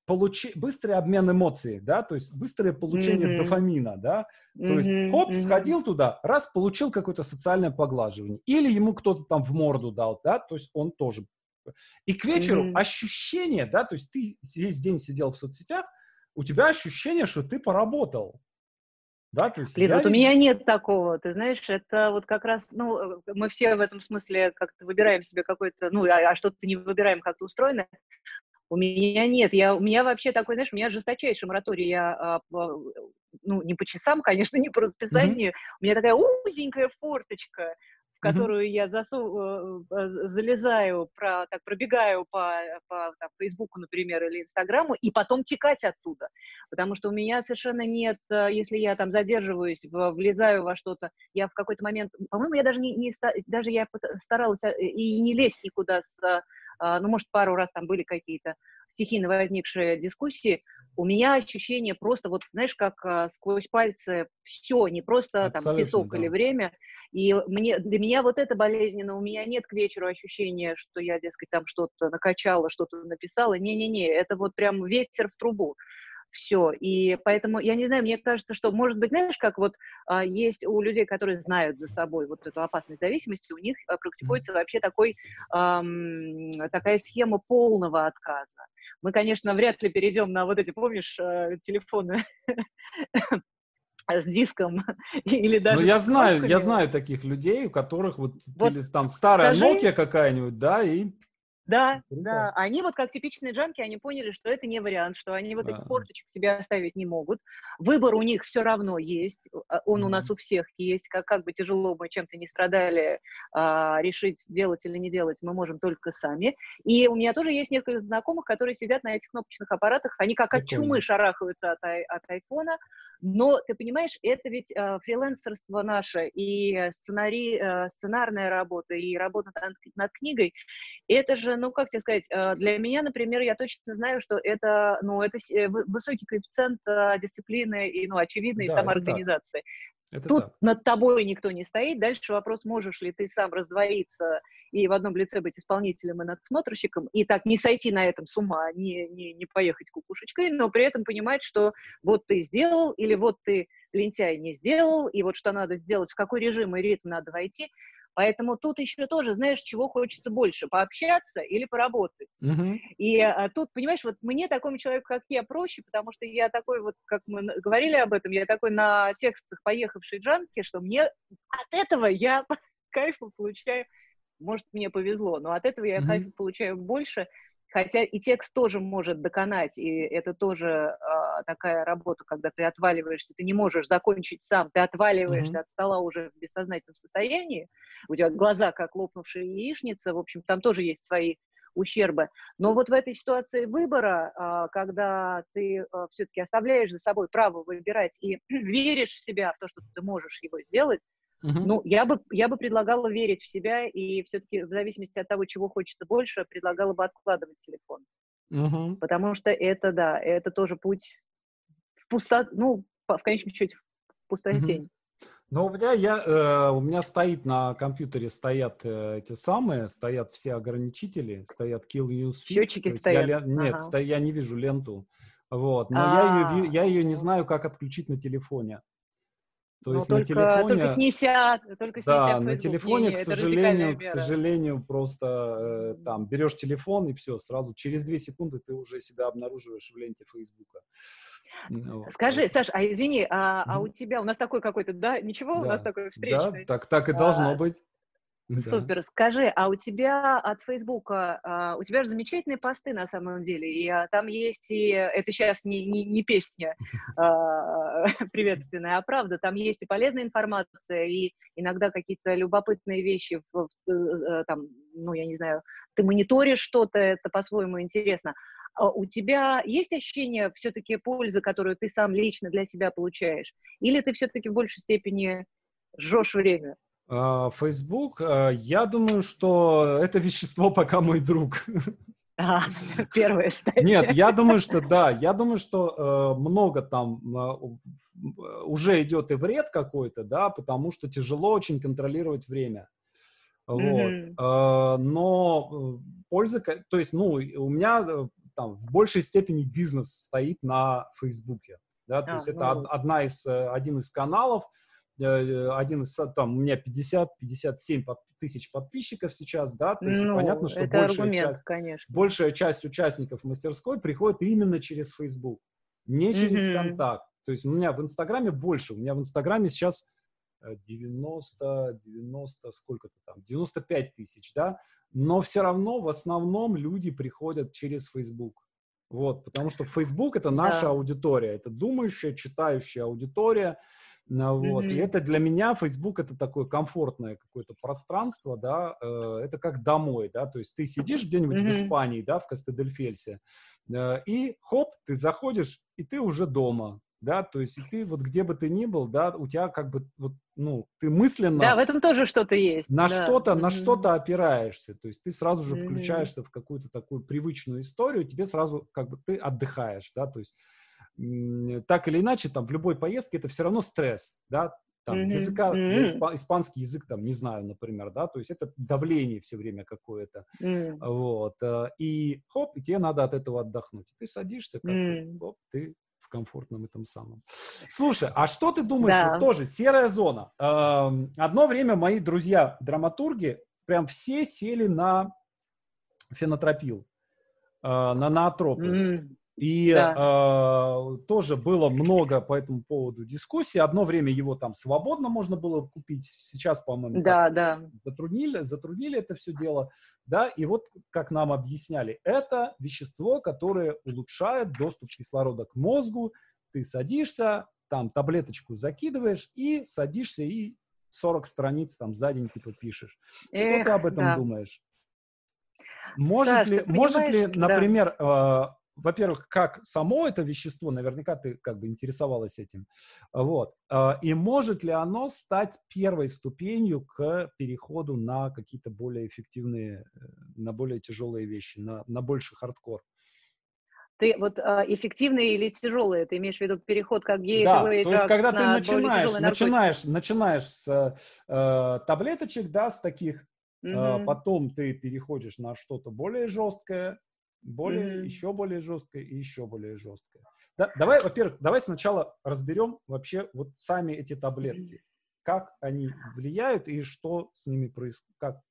получи, быстрый обмен эмоций, да, то есть быстрое получение mm-hmm. дофамина, да, то mm-hmm. есть хоп, mm-hmm. сходил туда, раз, получил какое-то социальное поглаживание, или ему кто-то там в морду дал, да, то есть он тоже. И к вечеру mm-hmm. ощущение, да, то есть ты весь день сидел в соцсетях, у тебя ощущение, что ты поработал. Да, то есть Блин, вот везде... у меня нет такого, ты знаешь, это вот как раз, ну, мы все в этом смысле как-то выбираем себе какой-то, ну, а, а что-то не выбираем, как-то устроено. У меня нет, я, у меня вообще такой, знаешь, у меня жесточайший мораторий, я, а, ну, не по часам, конечно, не по расписанию, mm-hmm. у меня такая узенькая форточка, в которую mm-hmm. я засу, залезаю, про, так, пробегаю по, по там, Фейсбуку, например, или Инстаграму, и потом текать оттуда. Потому что у меня совершенно нет, если я там задерживаюсь, влезаю во что-то, я в какой-то момент, по-моему, я даже не, не даже я старалась и не лезть никуда с, ну, может, пару раз там были какие-то стихийно возникшие дискуссии, у меня ощущение просто, вот, знаешь, как а, сквозь пальцы все, не просто там песок да. или время. И мне, для меня вот это болезненно. У меня нет к вечеру ощущения, что я, дескать, там что-то накачала, что-то написала. Не-не-не, это вот прям ветер в трубу. Все. И поэтому, я не знаю, мне кажется, что, может быть, знаешь, как вот а, есть у людей, которые знают за собой вот эту опасность зависимости, у них а, практикуется mm-hmm. вообще такой, ам, такая схема полного отказа. Мы, конечно, вряд ли перейдем на вот эти, помнишь, телефоны с диском или даже... Ну, я знаю, я знаю таких людей, у которых вот, вот там старая скажи... Nokia какая-нибудь, да, и... Да, да. Они вот как типичные джанки, они поняли, что это не вариант, что они вот да. этих форточек себе оставить не могут. Выбор у них все равно есть. Он mm-hmm. у нас у всех есть. Как, как бы тяжело мы чем-то не страдали, а, решить, делать или не делать, мы можем только сами. И у меня тоже есть несколько знакомых, которые сидят на этих кнопочных аппаратах. Они как от чумы шарахаются от, от айфона. Но, ты понимаешь, это ведь а, фрилансерство наше, и сценарий, а, сценарная работа, и работа над, над книгой. Это же, ну, как тебе сказать, для меня, например, я точно знаю, что это, ну, это высокий коэффициент дисциплины и, ну, очевидной да, самоорганизации. Это Тут так. над тобой никто не стоит. Дальше вопрос, можешь ли ты сам раздвоиться и в одном лице быть исполнителем и надсмотрщиком, и так не сойти на этом с ума, не, не, не поехать кукушечкой, но при этом понимать, что вот ты сделал, или вот ты, лентяй, не сделал, и вот что надо сделать, в какой режим и ритм надо войти. Поэтому тут еще тоже, знаешь, чего хочется больше, пообщаться или поработать. Uh-huh. И а, тут, понимаешь, вот мне, такому человеку, как я, проще, потому что я такой вот, как мы говорили об этом, я такой на текстах поехавшей джанки, что мне от этого я кайфа получаю, может, мне повезло, но от этого я uh-huh. кайфа получаю больше, хотя и текст тоже может доконать, и это тоже а, такая работа, когда ты отваливаешься, ты не можешь закончить сам, ты отваливаешься uh-huh. от стола уже в бессознательном состоянии, у тебя глаза как лопнувшая яичница, в общем, там тоже есть свои ущербы. Но вот в этой ситуации выбора, а, когда ты а, все-таки оставляешь за собой право выбирать и веришь в себя, в то, что ты можешь его сделать, Uh-huh. ну, я бы, я бы предлагала верить в себя и все-таки в зависимости от того, чего хочется больше, предлагала бы откладывать телефон. Uh-huh. Потому что это, да, это тоже путь в пустоту, ну, в конечном счете, в пустотень. Uh-huh. Ну, у меня, я, э, у меня стоит на компьютере, стоят э, эти самые, стоят все ограничители, стоят kill newsfeed. Счетчики стоят? Я, нет, ага. сто, я не вижу ленту, вот, но я ее, я ее не знаю, как отключить на телефоне. То Но есть только, на телефоне... только снеся, только снеся да, Facebook. на телефоне, не, не, к сожалению, к сожалению, просто э, там берешь телефон и все, сразу через две секунды ты уже себя обнаруживаешь в ленте Фейсбука. Скажи, вот. Саш, а извини, а, mm-hmm. а у тебя, у нас такой какой-то, да, ничего, да. у нас такой встречный? Да, так, так и должно а, быть. Супер. Да. Скажи, а у тебя от Фейсбука, а, у тебя же замечательные посты на самом деле, и а, там есть и, это сейчас не, не, не песня а, приветственная, а правда, там есть и полезная информация, и иногда какие-то любопытные вещи, в, в, там, ну, я не знаю, ты мониторишь что-то, это по-своему интересно. А у тебя есть ощущение все-таки пользы, которую ты сам лично для себя получаешь? Или ты все-таки в большей степени жжешь время? Facebook, я думаю, что это вещество пока мой друг. А, первая стадия. Нет, я думаю, что да, я думаю, что э, много там э, уже идет и вред какой-то, да, потому что тяжело очень контролировать время. Вот. Mm-hmm. Э, но польза, то есть, ну, у меня там в большей степени бизнес стоит на Фейсбуке, да, то А, есть ну это вот. одна из, один из каналов, один из, там, у меня пятьдесят-пятьдесят семь тысяч подписчиков сейчас, да, то есть понятно, Ну, что это большая аргумент, часть, конечно. большая часть участников мастерской приходит именно через Facebook, не через Угу. ВКонтакт. То есть у меня в Инстаграме больше, у меня в Инстаграме сейчас девяносто, девяносто, сколько-то там, девяносто пять тысяч, да, но все равно в основном люди приходят через Facebook. Вот, потому что Facebook — это наша Да. аудитория, это думающая, читающая аудитория, вот, и Угу. это для меня Facebook — это такое комфортное какое-то пространство, да, э, это как домой, да, то есть ты сидишь где-нибудь в Угу. Испании, да, в Кастедельфельсе, э, и хоп, ты заходишь, и ты уже дома, да, то есть и ты вот где бы ты ни был, да, у тебя как бы вот, ну, ты мысленно Да, в этом тоже что-то есть, на да. что-то, на Угу. что-то опираешься, то есть ты сразу же Угу. включаешься в какую-то такую привычную историю, тебе сразу как бы ты отдыхаешь, да, то есть м, так или иначе, там, в любой поездке это все равно стресс, да, там, языка, я Угу. испа- испанский язык там не знаю, например, да, то есть это давление все время какое-то, Угу. вот, э, и хоп, и тебе надо от этого отдохнуть, ты садишься, как бы, Угу. хоп, ты в комфортном этом самом. Слушай, а что ты думаешь, вот Да. тоже серая зона. Эм, Одно время мои друзья-драматурги прям все сели на фенотропил, э, на ноотропы. М. И Да. э, тоже было много по этому поводу дискуссий. Одно время его там свободно можно было купить. Сейчас, по-моему, как Да, да. затруднили, затруднили это все дело. Да, и вот как нам объясняли, это вещество, которое улучшает доступ кислорода к мозгу. Ты садишься, там таблеточку закидываешь и садишься, и сорок страниц там за день типа пишешь. Что ты Эх, об этом да. думаешь? Может Саш, ли, ты может понимаешь, ли, да. например, э, во-первых, как само это вещество, наверняка ты как бы интересовалась этим, вот, э, и может ли оно стать первой ступенью к переходу на какие-то более эффективные, э, на более тяжелые вещи, на, на больше хардкор? Ты вот а, эффективные или тяжелые? Ты имеешь в виду переход как Да, gateway то есть, drugs когда ты на более начинаешь, тяжелые наркотики? начинаешь, начинаешь с э, таблеточек, да, с таких, э, Угу. потом ты переходишь на что-то более жесткое, более, Угу. еще более жесткое и еще более жесткое. Да, давай, во-первых, давай сначала разберем вообще вот сами эти таблетки, как они влияют и что с ними происходит, как.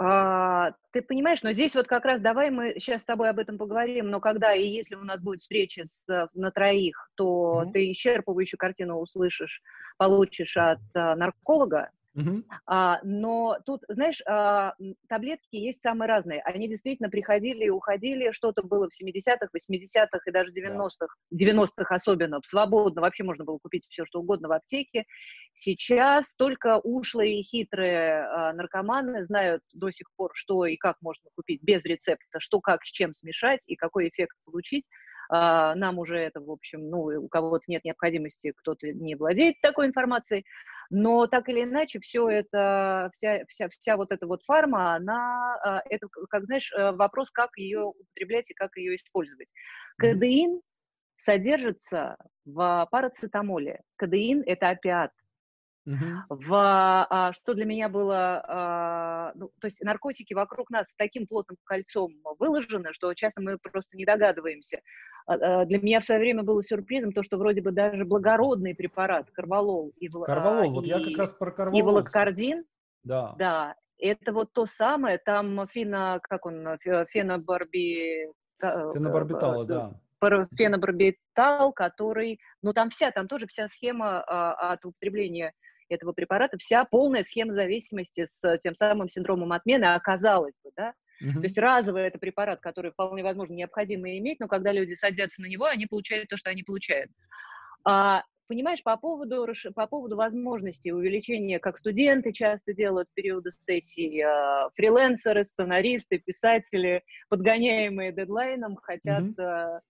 А, ты понимаешь, но здесь вот как раз давай мы сейчас с тобой об этом поговорим, но когда и если у нас будет встреча с, э, на троих, то Мгм. ты исчерпывающую картину услышишь, получишь от а, нарколога. Мгм. А, но тут, знаешь, а, м, таблетки есть самые разные. Они действительно приходили и уходили. Что-то было в семидесятых, восьмидесятых и даже Да. девяностых, девяностых особенно, свободно. Вообще можно было купить все, что угодно в аптеке. Сейчас только ушлые и хитрые а, наркоманы знают до сих пор, что и как можно купить без рецепта, что как с чем смешать и какой эффект получить. А, нам уже это, в общем, ну, у кого-то нет необходимости, кто-то не владеет такой информацией. Но так или иначе, все это, вся, вся, вся вот эта вот фарма, она, а, это, как знаешь, э, вопрос, как ее употреблять и как ее использовать. Мгм. Кодеин содержится в парацетамоле. Кодеин – это опиат. Мгм. В, а, что для меня было, а, ну, то есть наркотики вокруг нас таким плотным кольцом выложены, что часто мы просто не догадываемся. А, а, Для меня в свое время было сюрпризом то, что вроде бы даже благородный препарат, карвалол и, вол- а, Карвалол, вот я как и, раз про и карвалол. волокордин, Да. да, это вот то самое, там фено, как он, фе- фенобарби, ка- Фенобарбитала, э, да. пар- фенобарбитал, который, ну там вся, там тоже вся схема а, от употребления этого препарата, вся полная схема зависимости с тем самым синдромом отмены оказалась бы, да. То Мгм. есть разовый это препарат, который вполне возможно необходимо иметь, но когда люди садятся на него, они получают то, что они получают. А, понимаешь, по поводу, расш- по поводу возможности увеличения, как студенты часто делают в периоды сессий, а, фрилансеры, сценаристы, писатели, подгоняемые дедлайном, хотят, Мгм. а,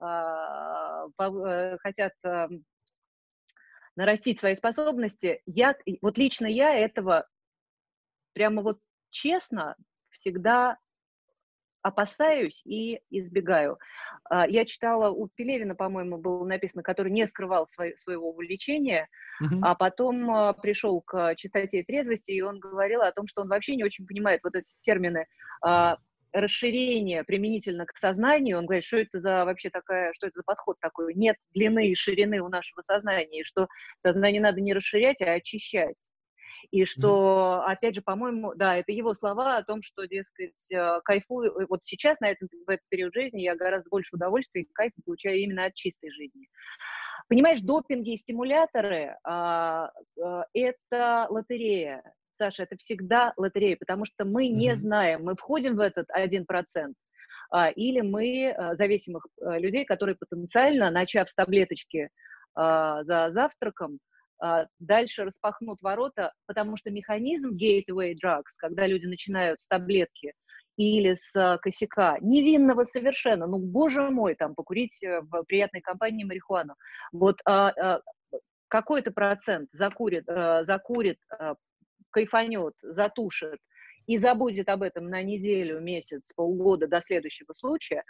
а, пов- э, хотят а, нарастить свои способности. Я, и вот лично я этого прямо вот честно всегда опасаюсь и избегаю. А, Я читала, у Пелевина, по-моему, было написано, который не скрывал свой- своего увлечения, Мгм. а потом а, пришел к чистоте и трезвости, и он говорил о том, что он вообще не очень понимает вот эти термины. а, расширение применительно к сознанию. Он говорит, что это за вообще такая, что это за подход такой? Нет длины и ширины у нашего сознания, и что сознание надо не расширять, а очищать. И что, mm-hmm. опять же, по-моему, да, это его слова о том, что, дескать, кайфую, вот сейчас, на этом, в этот период жизни, я гораздо больше удовольствия и кайфа получаю именно от чистой жизни. Понимаешь, допинги и стимуляторы а, а, – это лотерея. Саша, это всегда лотерея, потому что мы mm-hmm. не знаем, мы входим в этот один процент, а, или мы а, зависимых а, людей, которые потенциально, начав с таблеточки а, за завтраком, дальше распахнут ворота, потому что механизм gateway drugs, когда люди начинают с таблетки или с косяка, невинного совершенно, ну, боже мой, там, покурить в приятной компании марихуану, вот а, а, какой-то процент закурит, а, закурит, а, кайфанет, затушит и забудет об этом на неделю, месяц, полгода до следующего случая,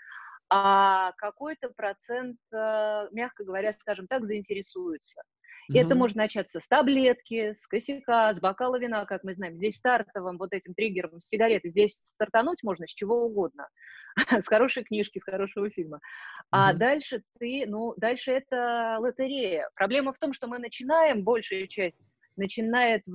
а какой-то процент, а, мягко говоря, скажем так, заинтересуется. Mm-hmm. Это может начаться с таблетки, с косяка, с бокала вина, как мы знаем. Здесь стартовым вот этим триггером с сигареты. Здесь стартануть можно с чего угодно. С хорошей книжки, с хорошего фильма. Mm-hmm. А дальше ты, ну, дальше это лотерея. Проблема в том, что мы начинаем, большая часть начинает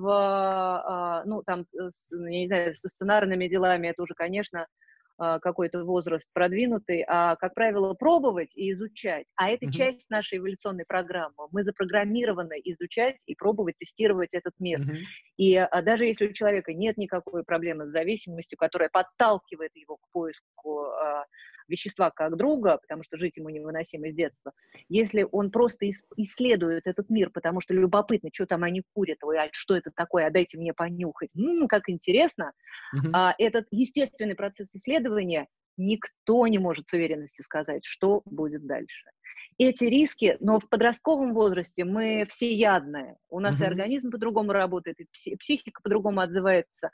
в, ну, там, я не знаю, со сценарными делами, это уже, конечно, какой-то возраст продвинутый, а, как правило, пробовать и изучать. А это mm-hmm. часть нашей эволюционной программы. Мы запрограммированы изучать и пробовать, тестировать этот мир. Mm-hmm. И а, даже если у человека нет никакой проблемы с зависимостью, которая подталкивает его к поиску а, вещества как друга, потому что жить ему невыносимо с детства, если он просто исследует этот мир, потому что любопытно, что там они курят, ой, а что это такое, а дайте мне понюхать, м-м, как интересно, mm-hmm. а, этот естественный процесс исследования, никто не может с уверенностью сказать, что будет дальше. Эти риски, но в подростковом возрасте мы всеядные, у нас mm-hmm. и организм по-другому работает, и психика по-другому отзывается,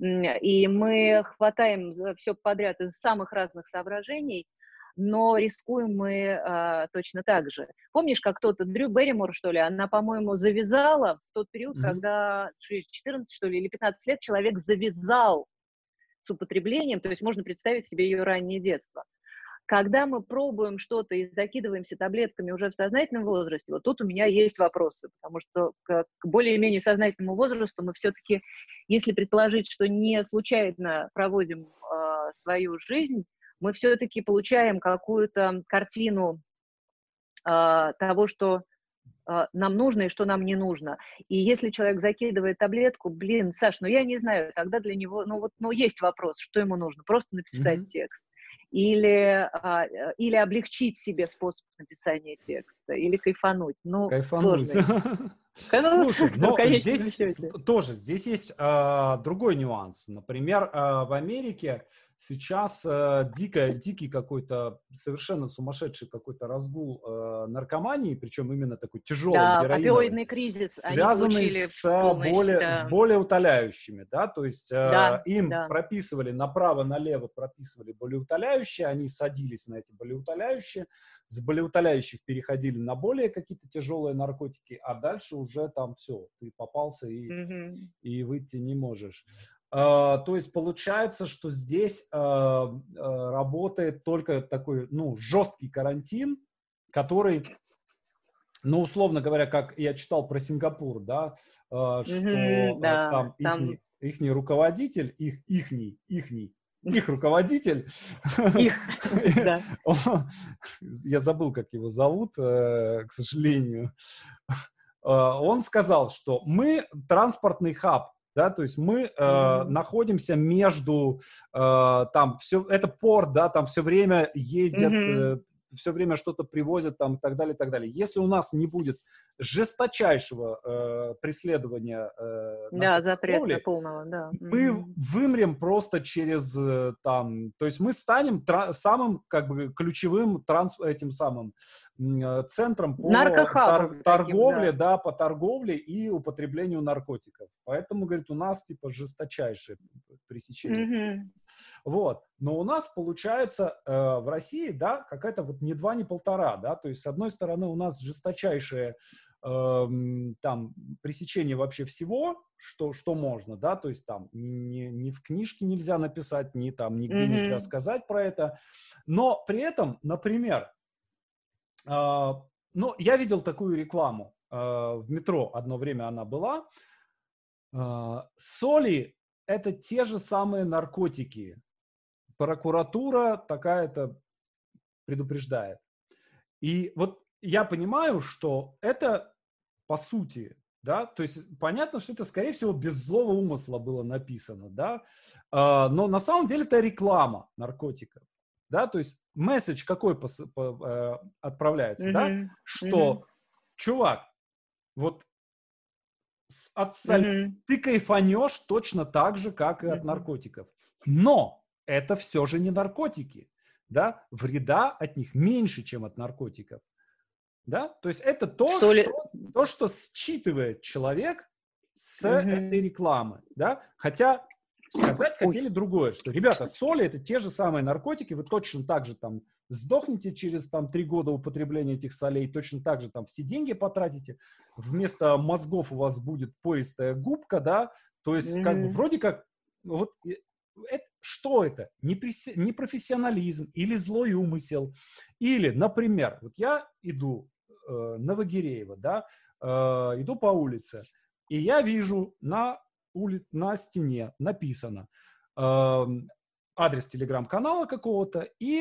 и мы хватаем все подряд из самых разных соображений, но рискуем мы а, точно так же. Помнишь, как кто-то, Дрю Берримор, что ли, она, по-моему, завязала в тот период, mm-hmm. когда четырнадцать, что ли, или пятнадцать лет человек завязал с употреблением, то есть можно представить себе ее раннее детство. Когда мы пробуем что-то и закидываемся таблетками уже в сознательном возрасте, вот тут у меня есть вопросы, потому что к, к более-менее сознательному возрасту мы все-таки, если предположить, что не случайно проводим э, свою жизнь, мы все-таки получаем какую-то картину э, того, что э, нам нужно и что нам не нужно. И если человек закидывает таблетку, блин, Саш, ну я не знаю, тогда для него, ну вот, ну есть вопрос, что ему нужно, просто написать mm-hmm. текст. Или, а, или облегчить себе способ написания текста, или кайфануть. Ну, кайфануть. Слушай, но здесь тоже, здесь есть а, другой нюанс. Например, а, в Америке сейчас а, дико, дикий какой-то, совершенно сумасшедший какой-то разгул а, наркомании, причем именно такой тяжелый, да, героиновый, опиоидный кризис, связанный с, более, да. с более утоляющими, да, то есть да, а, им да. прописывали направо-налево, прописывали болеутоляющие, они садились на эти болеутоляющие, с болеутоляющих переходили на более какие-то тяжелые наркотики, а дальше уже там все, ты попался и, mm-hmm. и выйти не можешь. Uh, то есть получается, что здесь uh, uh, работает только такой, ну, жесткий карантин, который, ну, условно говоря, как я читал про Сингапур, да, uh, что mm-hmm, да, uh, там, там... Ихний, ихний руководитель, их, ихний, ихний, их руководитель, их, да. Я забыл, как его зовут, к сожалению, он сказал, что мы транспортный хаб, да, то есть мы э, mm-hmm. находимся между, э, там, все, это порт, да, там все время ездят, mm-hmm. э, все время что-то привозят, там, и так далее, и так далее. Если у нас не будет жесточайшего э, преследования э, да, запрета полного, да. мы mm-hmm. вымрем просто через, э, там, то есть мы станем тра- самым, как бы, ключевым транс- этим самым э, центром по тар- торговле, таким, да. да, по торговле и употреблению наркотиков. Поэтому, говорит, у нас, типа, жесточайшее пресечение. Mm-hmm. Вот. Но у нас получается э, в России, да, какая-то вот не два, не полтора, да, то есть с одной стороны у нас жесточайшее э, там пресечение вообще всего, что, что можно, да, то есть там ни, ни в книжке нельзя написать, ни там нигде mm-hmm. нельзя сказать про это, но при этом, например, э, ну, я видел такую рекламу, э, в метро одно время она была, э, соли — это те же самые наркотики, прокуратура такая-то предупреждает. И вот я понимаю, что это по сути, да, то есть понятно, что это, скорее всего, без злого умысла было написано, да, а, но на самом деле это реклама наркотиков, да, то есть месседж какой пос, по, э, отправляется, mm-hmm. да, что, mm-hmm. чувак, вот с, от соли mm-hmm. ты кайфанешь точно так же, как и mm-hmm. от наркотиков, но это все же не наркотики, да, вреда от них меньше, чем от наркотиков. Да? То есть это то, Соли... что, то, что считывает человек с mm-hmm. этой рекламы. Да? Хотя сказать хотели Ой. другое, что, ребята, соли — это те же самые наркотики, вы точно так же там сдохнете через там, три года употребления этих солей, точно так же там все деньги потратите, вместо мозгов у вас будет пористая губка, да, то есть mm-hmm. как бы вроде как, вот это, что это? Непрофессионализм или злой умысел, или, например, вот я иду Новогиреево, да, э, иду по улице, и я вижу на, ули... на стене написано э, адрес телеграм-канала какого-то, и,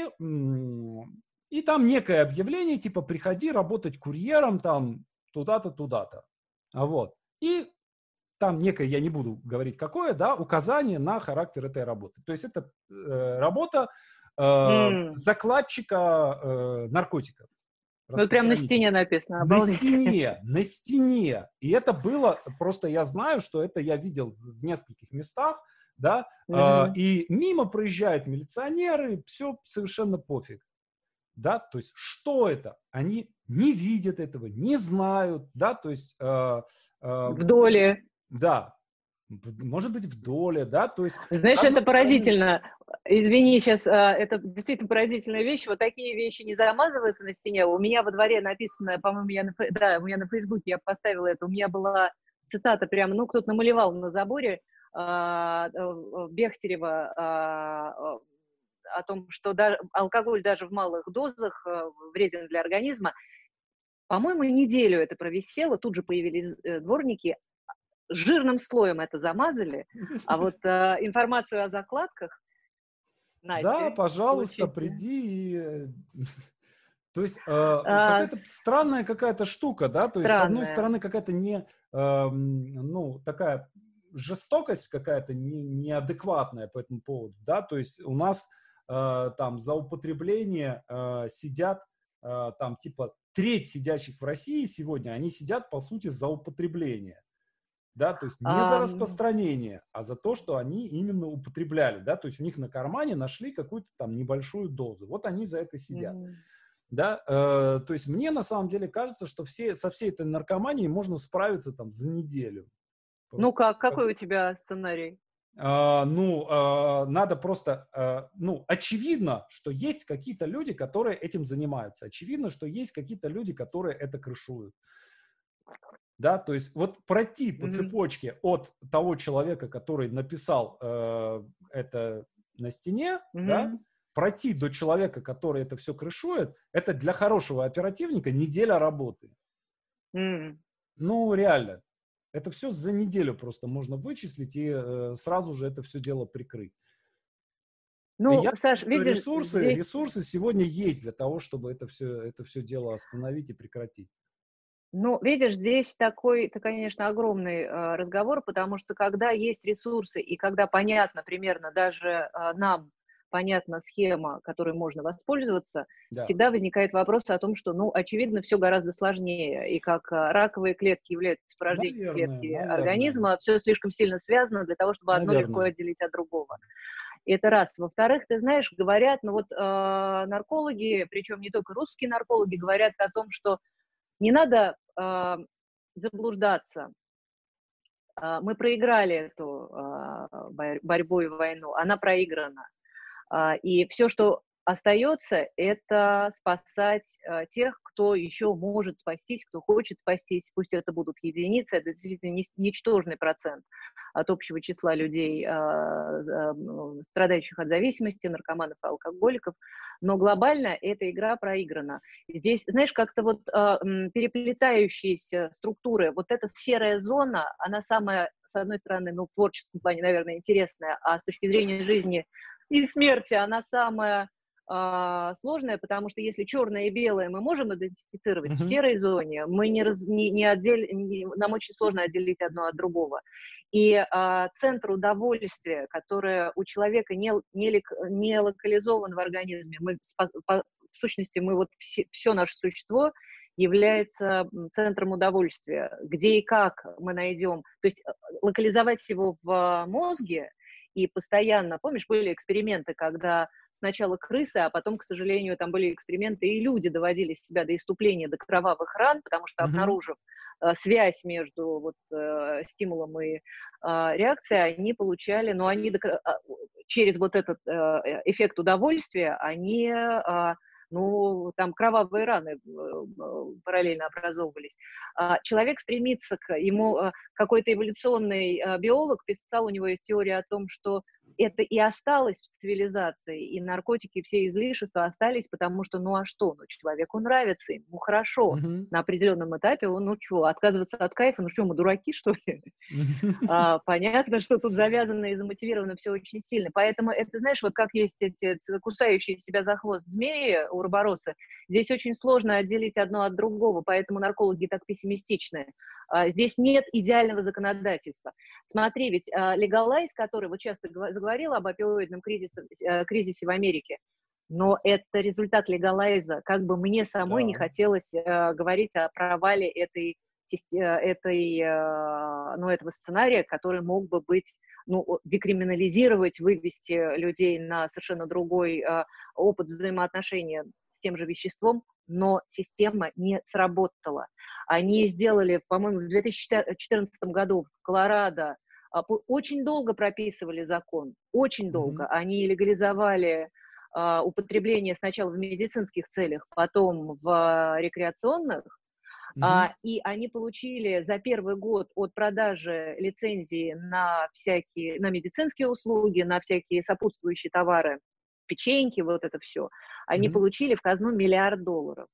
и там некое объявление, типа, приходи работать курьером там туда-то, туда-то. А вот. И там некое, я не буду говорить какое, да, указание на характер этой работы. То есть это э, работа э, mm. закладчика э, наркотиков. Ну, прям на стене написано. Обалдеть. На стене, на стене. И это было, просто я знаю, что это я видел в нескольких местах, да, mm-hmm. э, и мимо проезжают милиционеры, все совершенно пофиг. Да, то есть что это? Они не видят этого, не знают, да, то есть... Э, э, в доле. Да, может быть, в доле, да, то есть... Знаешь, это поразительно. Извини, сейчас, это действительно поразительная вещь. Вот такие вещи не замазываются на стене. У меня во дворе написано, по-моему, я на, да, у меня на Фейсбуке я поставила это, у меня была цитата прямо, ну, кто-то намалевал на заборе э, Бехтерева э, о том, что даже, алкоголь даже в малых дозах э, вреден для организма. По-моему, неделю это провисело, тут же появились э, дворники, жирным слоем это замазали, а вот э, информацию о закладках, Нате, да, пожалуйста, получите. Приди и... То есть э, какая-то а, странная какая-то штука, да, странная. То есть с одной стороны какая-то не, э, ну, такая жестокость какая-то не, неадекватная по этому поводу, да, то есть у нас э, там за употребление э, сидят э, там типа треть сидящих в России сегодня, они сидят по сути за употребление. Да, то есть не um... за распространение, а за то, что они именно употребляли, да, то есть у них на кармане нашли какую-то там небольшую дозу, вот они за это сидят, mm-hmm. да, э, то есть мне на самом деле кажется, что все, со всей этой наркоманией можно справиться там за неделю. Просто, ну как, какой как... у тебя сценарий? Э, ну, э, надо просто, э, ну, очевидно, что есть какие-то люди, которые этим занимаются, очевидно, что есть какие-то люди, которые это крышуют. Да, то есть вот пройти по mm-hmm. цепочке от того человека, который написал э, это на стене, mm-hmm. да, пройти до человека, который это все крышует, это для хорошего оперативника неделя работы. Mm-hmm. Ну, реально. Это все за неделю просто можно вычислить и э, сразу же это все дело прикрыть. Ну, я Саш, думаю, видишь, ресурсы, здесь... ресурсы сегодня есть для того, чтобы это все, это все дело остановить и прекратить. Ну, видишь, здесь такой, это, конечно, огромный э, разговор, потому что когда есть ресурсы и когда понятно примерно, даже э, нам понятна схема, которой можно воспользоваться, да. всегда возникает вопрос о том, что, ну, очевидно, все гораздо сложнее. И как э, раковые клетки являются порождением клетки наверное. организма, все слишком сильно связано для того, чтобы наверное. одно легко отделить от другого. И это раз. Во-вторых, ты знаешь, говорят, ну вот э, наркологи, причем не только русские наркологи, говорят о том, что не надо э, заблуждаться. Э, мы проиграли эту э, борьбу и войну, она проиграна. Э, и все, что остается это спасать э, тех, кто еще может спастись, кто хочет спастись. Пусть это будут единицы, это действительно не, ничтожный процент от общего числа людей, э, э, страдающих от зависимости, наркоманов и алкоголиков. Но глобально эта игра проиграна. Здесь, знаешь, как-то вот э, переплетающиеся структуры, вот эта серая зона, она самая, с одной стороны, ну, в творческом плане, наверное, интересная, а с точки зрения жизни и смерти она самая а, сложная, потому что если черное и белое мы можем идентифицировать, Мгм. в серой зоне мы не, раз, не, не отдель, не, нам очень сложно отделить одно от другого. И а, центр удовольствия, которое у человека не, не, не локализован в организме, мы, по, по, в сущности, мы вот все, все наше существо является центром удовольствия. Где и как мы найдем, то есть локализовать его в мозге и постоянно, помнишь, были эксперименты, когда сначала крысы, а потом, к сожалению, там были эксперименты, и люди доводили себя до исступления, до кровавых ран, потому что, Мгм. обнаружив э, связь между вот, э, стимулом и э, реакцией, они получали, но они до, э, через вот этот э, эффект удовольствия, они, э, ну, там кровавые раны э, параллельно образовывались. А человек стремится к ему, э, какой-то эволюционный э, биолог писал, у него есть теория о том, что это и осталось в цивилизации, и наркотики, все излишества остались, потому что, ну а что, ну человеку нравится, ему хорошо. Мгм. На определенном этапе он, ну что, отказываться от кайфа, ну что, мы дураки, что ли? А, понятно, что тут завязано и замотивировано все очень сильно. Поэтому это, знаешь, вот как есть эти кусающие себя за хвост змеи, уроборосы, здесь очень сложно отделить одно от другого, поэтому наркологи так пессимистичны. А, здесь нет идеального законодательства. Смотри, ведь Legalize, который вот часто заговорил об опиоидном кризисе, кризисе в Америке, но это результат легалайза. Как бы мне самой не Да. хотелось э, говорить о провале этой, этой, э, ну, этого сценария, который мог бы быть, ну, декриминализировать, вывести людей на совершенно другой э, опыт взаимоотношения с тем же веществом, но система не сработала. Они сделали, по-моему, в две тысячи четырнадцатом году в Колорадо очень долго прописывали закон, очень долго. Мгм. Они легализовали Uh, употребление сначала в медицинских целях, потом в uh, рекреационных, uh, Мгм. и они получили за первый год от продажи лицензии на всякие, на медицинские услуги, на всякие сопутствующие товары, печеньки, вот это все, они Мгм. получили в казну миллиард долларов.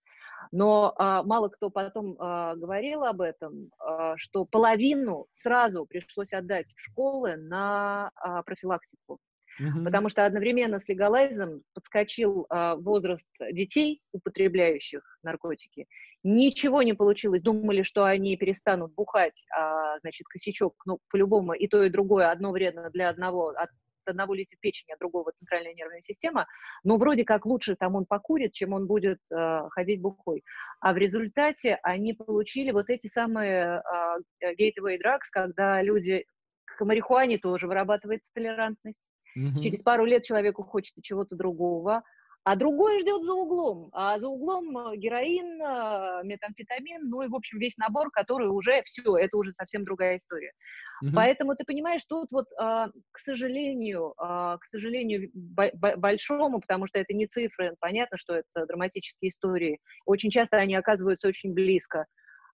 Но а, мало кто потом а, говорил об этом, а, что половину сразу пришлось отдать в школы на а, профилактику. Мгм. Потому что одновременно с легалайзом подскочил а, возраст детей, употребляющих наркотики. Ничего не получилось. Думали, что они перестанут бухать, а, значит, косячок, ну, по-любому, и то, и другое, одно вредно для одного, от одного летит печень, а другого центральная нервная система. Но вроде как лучше там он покурит, чем он будет а, ходить бухой. А в результате они получили вот эти самые а, gateway drugs, когда люди к марихуане тоже вырабатывается толерантность. Мгм. Через пару лет человеку хочется чего-то другого, а другой ждет за углом. А за углом героин, метамфетамин, ну и, в общем, весь набор, который уже все, это уже совсем другая история. Мгм. Поэтому ты понимаешь, тут вот, к сожалению, к сожалению, большому, потому что это не цифры, понятно, что это драматические истории, очень часто они оказываются очень близко.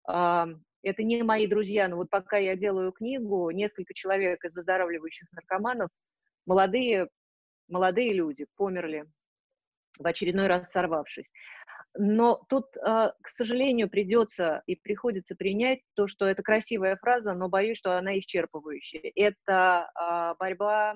Это не мои друзья, но вот пока я делаю книгу, несколько человек из выздоравливающих наркоманов, молодые, молодые люди померли, в очередной раз сорвавшись. Но тут, к сожалению, придется и приходится принять то, что это красивая фраза, но боюсь, что она исчерпывающая. Это борьба,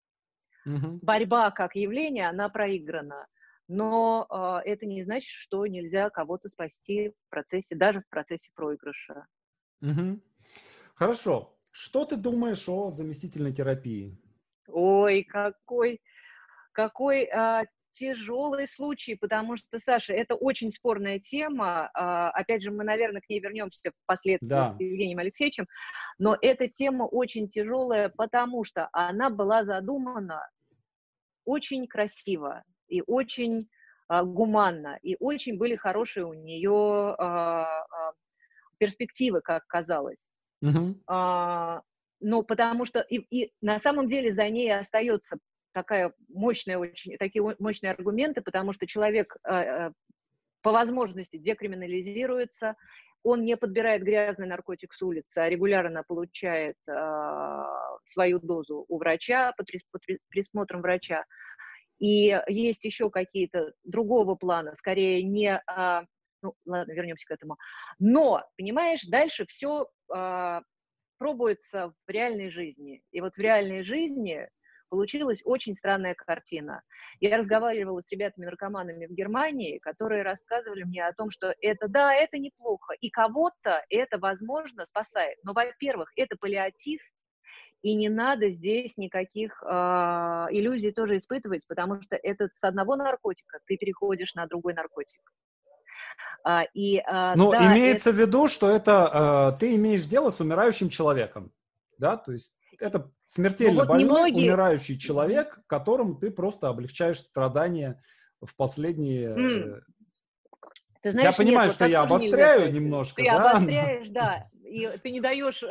Мгм. борьба как явление, она проиграна. Но это не значит, что нельзя кого-то спасти в процессе, даже в процессе проигрыша. Мгм. Хорошо. Что ты думаешь о заместительной терапии? Ой, какой, какой а, тяжелый случай, потому что, Саша, это очень спорная тема. А, опять же, мы, наверное, к ней вернемся впоследствии с Да. Евгением Алексеевичем, но эта тема очень тяжелая, потому что она была задумана очень красиво и очень а, гуманно, и очень были хорошие у нее а, а, перспективы, как казалось. Мгм. А, ну, потому что и, и на самом деле за ней остается такая мощная, очень, такие мощные аргументы, потому что человек э, по возможности декриминализируется, он не подбирает грязный наркотик с улицы, а регулярно получает э, свою дозу у врача, под, под присмотром врача. И есть еще какие-то другого плана, скорее не... Э, ну, ладно, вернемся к этому. Но, понимаешь, дальше все э, пробуется в реальной жизни. И вот в реальной жизни получилась очень странная картина. Я разговаривала с ребятами-наркоманами в Германии, которые рассказывали мне о том, что это, да, это неплохо, и кого-то это, возможно, спасает. Но, во-первых, это паллиатив, и не надо здесь никаких э, иллюзий тоже испытывать, потому что это с одного наркотика ты переходишь на другой наркотик. А, и, а, Но да, имеется это... в виду, что это а, ты имеешь дело с умирающим человеком, да, то есть это смертельно вот больной, немногие... умирающий человек, mm-hmm. которому ты просто облегчаешь страдания в последние... Mm. Ты знаешь, я понимаю, нет, что вот я обостряю немножко, ты да? Ты обостряешь, да, и ты не даешь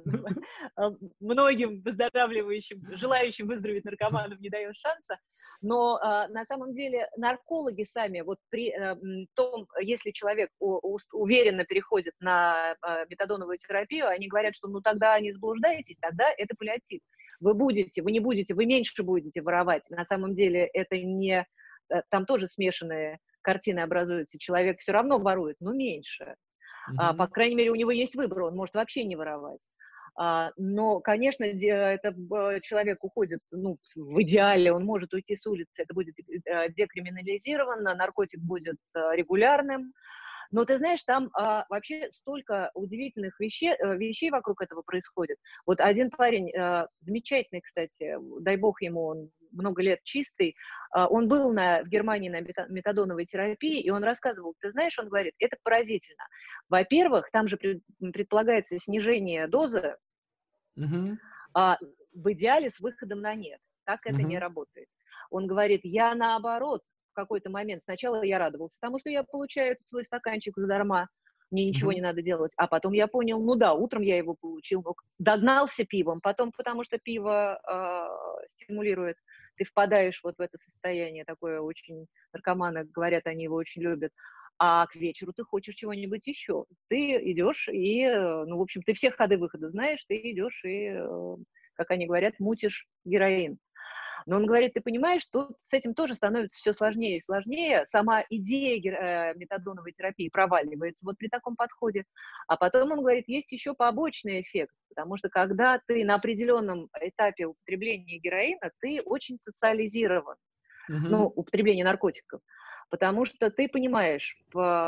многим выздоравливающим, желающим выздороветь наркоманам, не даешь шанса, но а, на самом деле наркологи сами, вот при а, том, если человек у, у, уверенно переходит на а, метадоновую терапию, они говорят, что ну тогда не заблуждаетесь, тогда это паллиатив. Вы будете, вы не будете, вы меньше будете воровать. На самом деле это не, там тоже смешанные картины образуются, человек все равно ворует, но меньше. Mm-hmm. А, по крайней мере, у него есть выбор, он может вообще не воровать. А, но, конечно, это человек уходит, ну, в идеале он может уйти с улицы, это будет декриминализировано, наркотик будет регулярным. Но ты знаешь, там а, вообще столько удивительных вещей, вещей вокруг этого происходит. Вот один парень, а, замечательный, кстати, дай бог ему, он много лет чистый, а, он был на, в Германии на метадоновой терапии, и он рассказывал, ты знаешь, он говорит, это поразительно. Во-первых, там же пред, предполагается снижение дозы, mm-hmm. а, в идеале с выходом на нет. Так это mm-hmm. не работает. Он говорит, я наоборот, в какой-то момент, сначала я радовался тому, что я получаю этот свой стаканчик задарма, мне ничего mm-hmm. не надо делать, а потом я понял, ну да, утром я его получил, но догнался пивом, потом потому что пиво э, стимулирует, ты впадаешь вот в это состояние такое очень, наркоманы говорят, они его очень любят, а к вечеру ты хочешь чего-нибудь еще, ты идешь и, ну, в общем, ты все ходы-выходы знаешь, ты идешь и, как они говорят, мутишь героин. Но он говорит, ты понимаешь, что с этим тоже становится все сложнее и сложнее. Сама идея метадоновой терапии проваливается вот при таком подходе. А потом, он говорит, есть еще побочный эффект, потому что когда ты на определенном этапе употребления героина, ты очень социализирован, mm-hmm. ну, употребление наркотиков. Потому что ты понимаешь,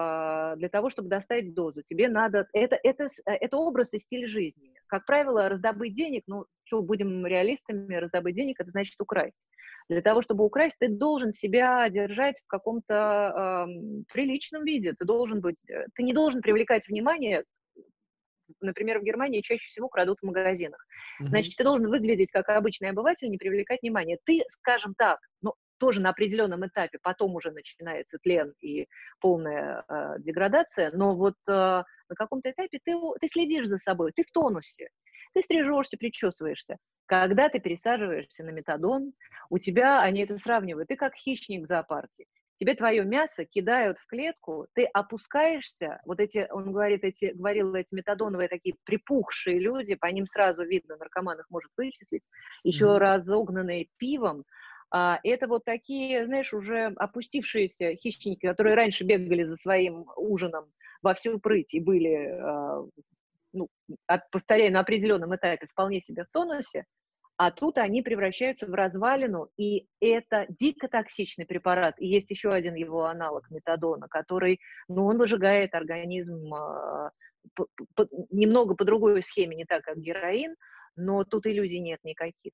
для того, чтобы достать дозу, тебе надо... Это, это, это образ и стиль жизни. Как правило, раздобыть денег, ну, что, будем реалистами, раздобыть денег, это значит украсть. Для того, чтобы украсть, ты должен себя держать в каком-то э, приличном виде. Ты должен быть... Ты не должен привлекать внимание. Например, в Германии чаще всего крадут в магазинах. Mm-hmm. Значит, ты должен выглядеть как обычный обыватель, не привлекать внимания. Ты, скажем так, ну, тоже на определенном этапе, потом уже начинается тлен и полная э, деградация, но вот э, на каком-то этапе ты, ты следишь за собой, ты в тонусе, ты стрижешься, причесываешься. Когда ты пересаживаешься на метадон, у тебя, они это сравнивают, ты как хищник в зоопарке. Тебе твое мясо кидают в клетку, ты опускаешься, вот эти, он говорит, эти, говорил, эти метадоновые такие припухшие люди, по ним сразу видно, наркоман их может вычислить, еще mm-hmm. разогнанные пивом. А, это вот такие, знаешь, уже опустившиеся хищники, которые раньше бегали за своим ужином во всю прыть и были, а, ну, повторяю, на определенном этапе вполне себе в тонусе, а тут они превращаются в развалину, и это дико токсичный препарат. И есть еще один его аналог метадона, который, ну, он выжигает организм а, по, по, немного по другой схеме, не так, как героин, но тут иллюзий нет никаких.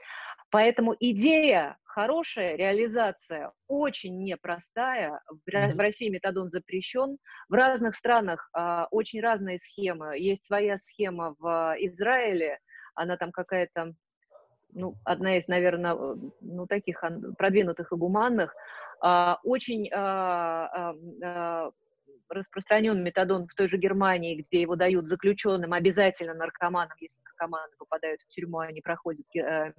Поэтому идея хорошая, реализация очень непростая. В mm-hmm. России метадон запрещен. В разных странах а, очень разные схемы. Есть своя схема в Израиле, она там какая-то, ну, одна из, наверное, ну, таких продвинутых и гуманных. А, очень а, а, распространен метадон в той же Германии, где его дают заключенным, обязательно наркоманам. Если наркоманы попадают в тюрьму, они проходят э,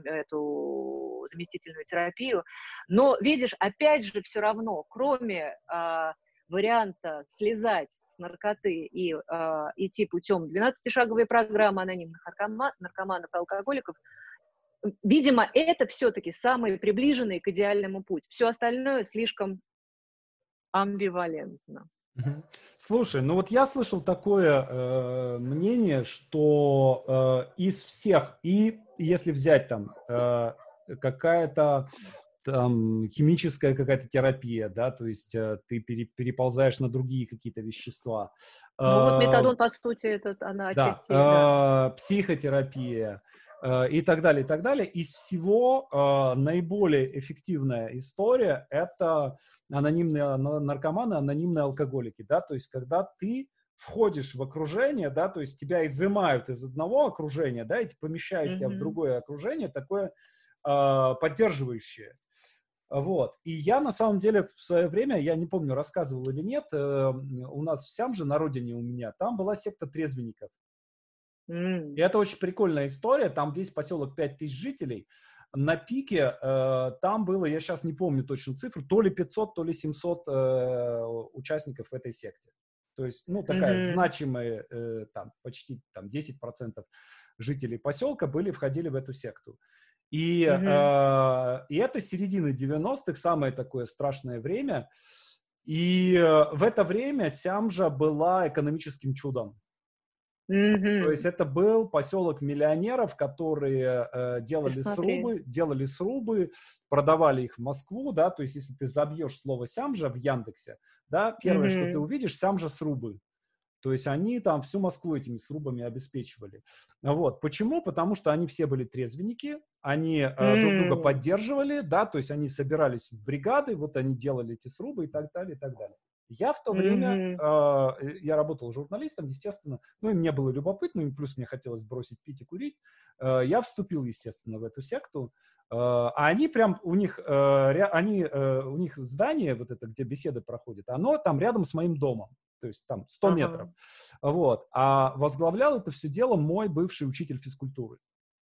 эту заместительную терапию. Но, видишь, опять же, все равно, кроме э, варианта слезать с наркоты и э, идти путем двенадцатишаговой программы анонимных наркома- наркоманов и алкоголиков, видимо, это все-таки самый приближенный к идеальному путь. Все остальное слишком амбивалентно. Слушай, ну вот я слышал такое э, мнение, что э, из всех, и если взять там э, какая-то там химическая какая-то терапия, да, то есть э, ты пере, переползаешь на другие какие-то вещества. Ну вот Э, метадон, по сути, это она да, отчасти, да. э, психотерапия э, и так далее, и так далее. Из всего э, наиболее эффективная история — это анонимные наркоманы, анонимные алкоголики, да, то есть когда ты входишь в окружение, да, то есть тебя изымают из одного окружения, да, и помещают mm-hmm. тебя в другое окружение, такое э, поддерживающее. Вот. И я, на самом деле, в свое время, я не помню, рассказывал или нет, э, у нас в Сямже, на родине у меня, там была секта трезвенников. Mm. И это очень прикольная история, там весь поселок пять тысяч жителей. На пике э, там было, я сейчас не помню точно цифру, то ли пятьсот, то ли семьсот э, участников в этой секте. То есть, ну, такая mm-hmm. значимая, э, там, почти там, десять процентов жителей поселка были, входили в эту секту. И, mm-hmm. э, и это середина девяностых, самое такое страшное время. И э, в это время Сямжа была экономическим чудом. Mm-hmm. То есть это был поселок миллионеров, которые э, делали срубы, делали срубы, продавали их в Москву, да, то есть если ты забьешь слово Сямжа в Яндексе, да, первое, mm-hmm. что ты увидишь, Сямжа срубы. То есть они там всю Москву этими срубами обеспечивали. Вот. Почему? Потому что они все были трезвенники, они э, mm. друг друга поддерживали, да, то есть они собирались в бригады, вот они делали эти срубы и так далее, и так далее. Я в то mm-hmm. время, э, я работал журналистом, естественно, ну и мне было любопытно, и плюс мне хотелось бросить пить и курить. Э, я вступил, естественно, в эту секту. Э, а они прям, у них, э, они, э, у них здание, вот это, где беседы проходят, оно там рядом с моим домом. То есть там сто ага. метров. Вот. А возглавлял это все дело мой бывший учитель физкультуры.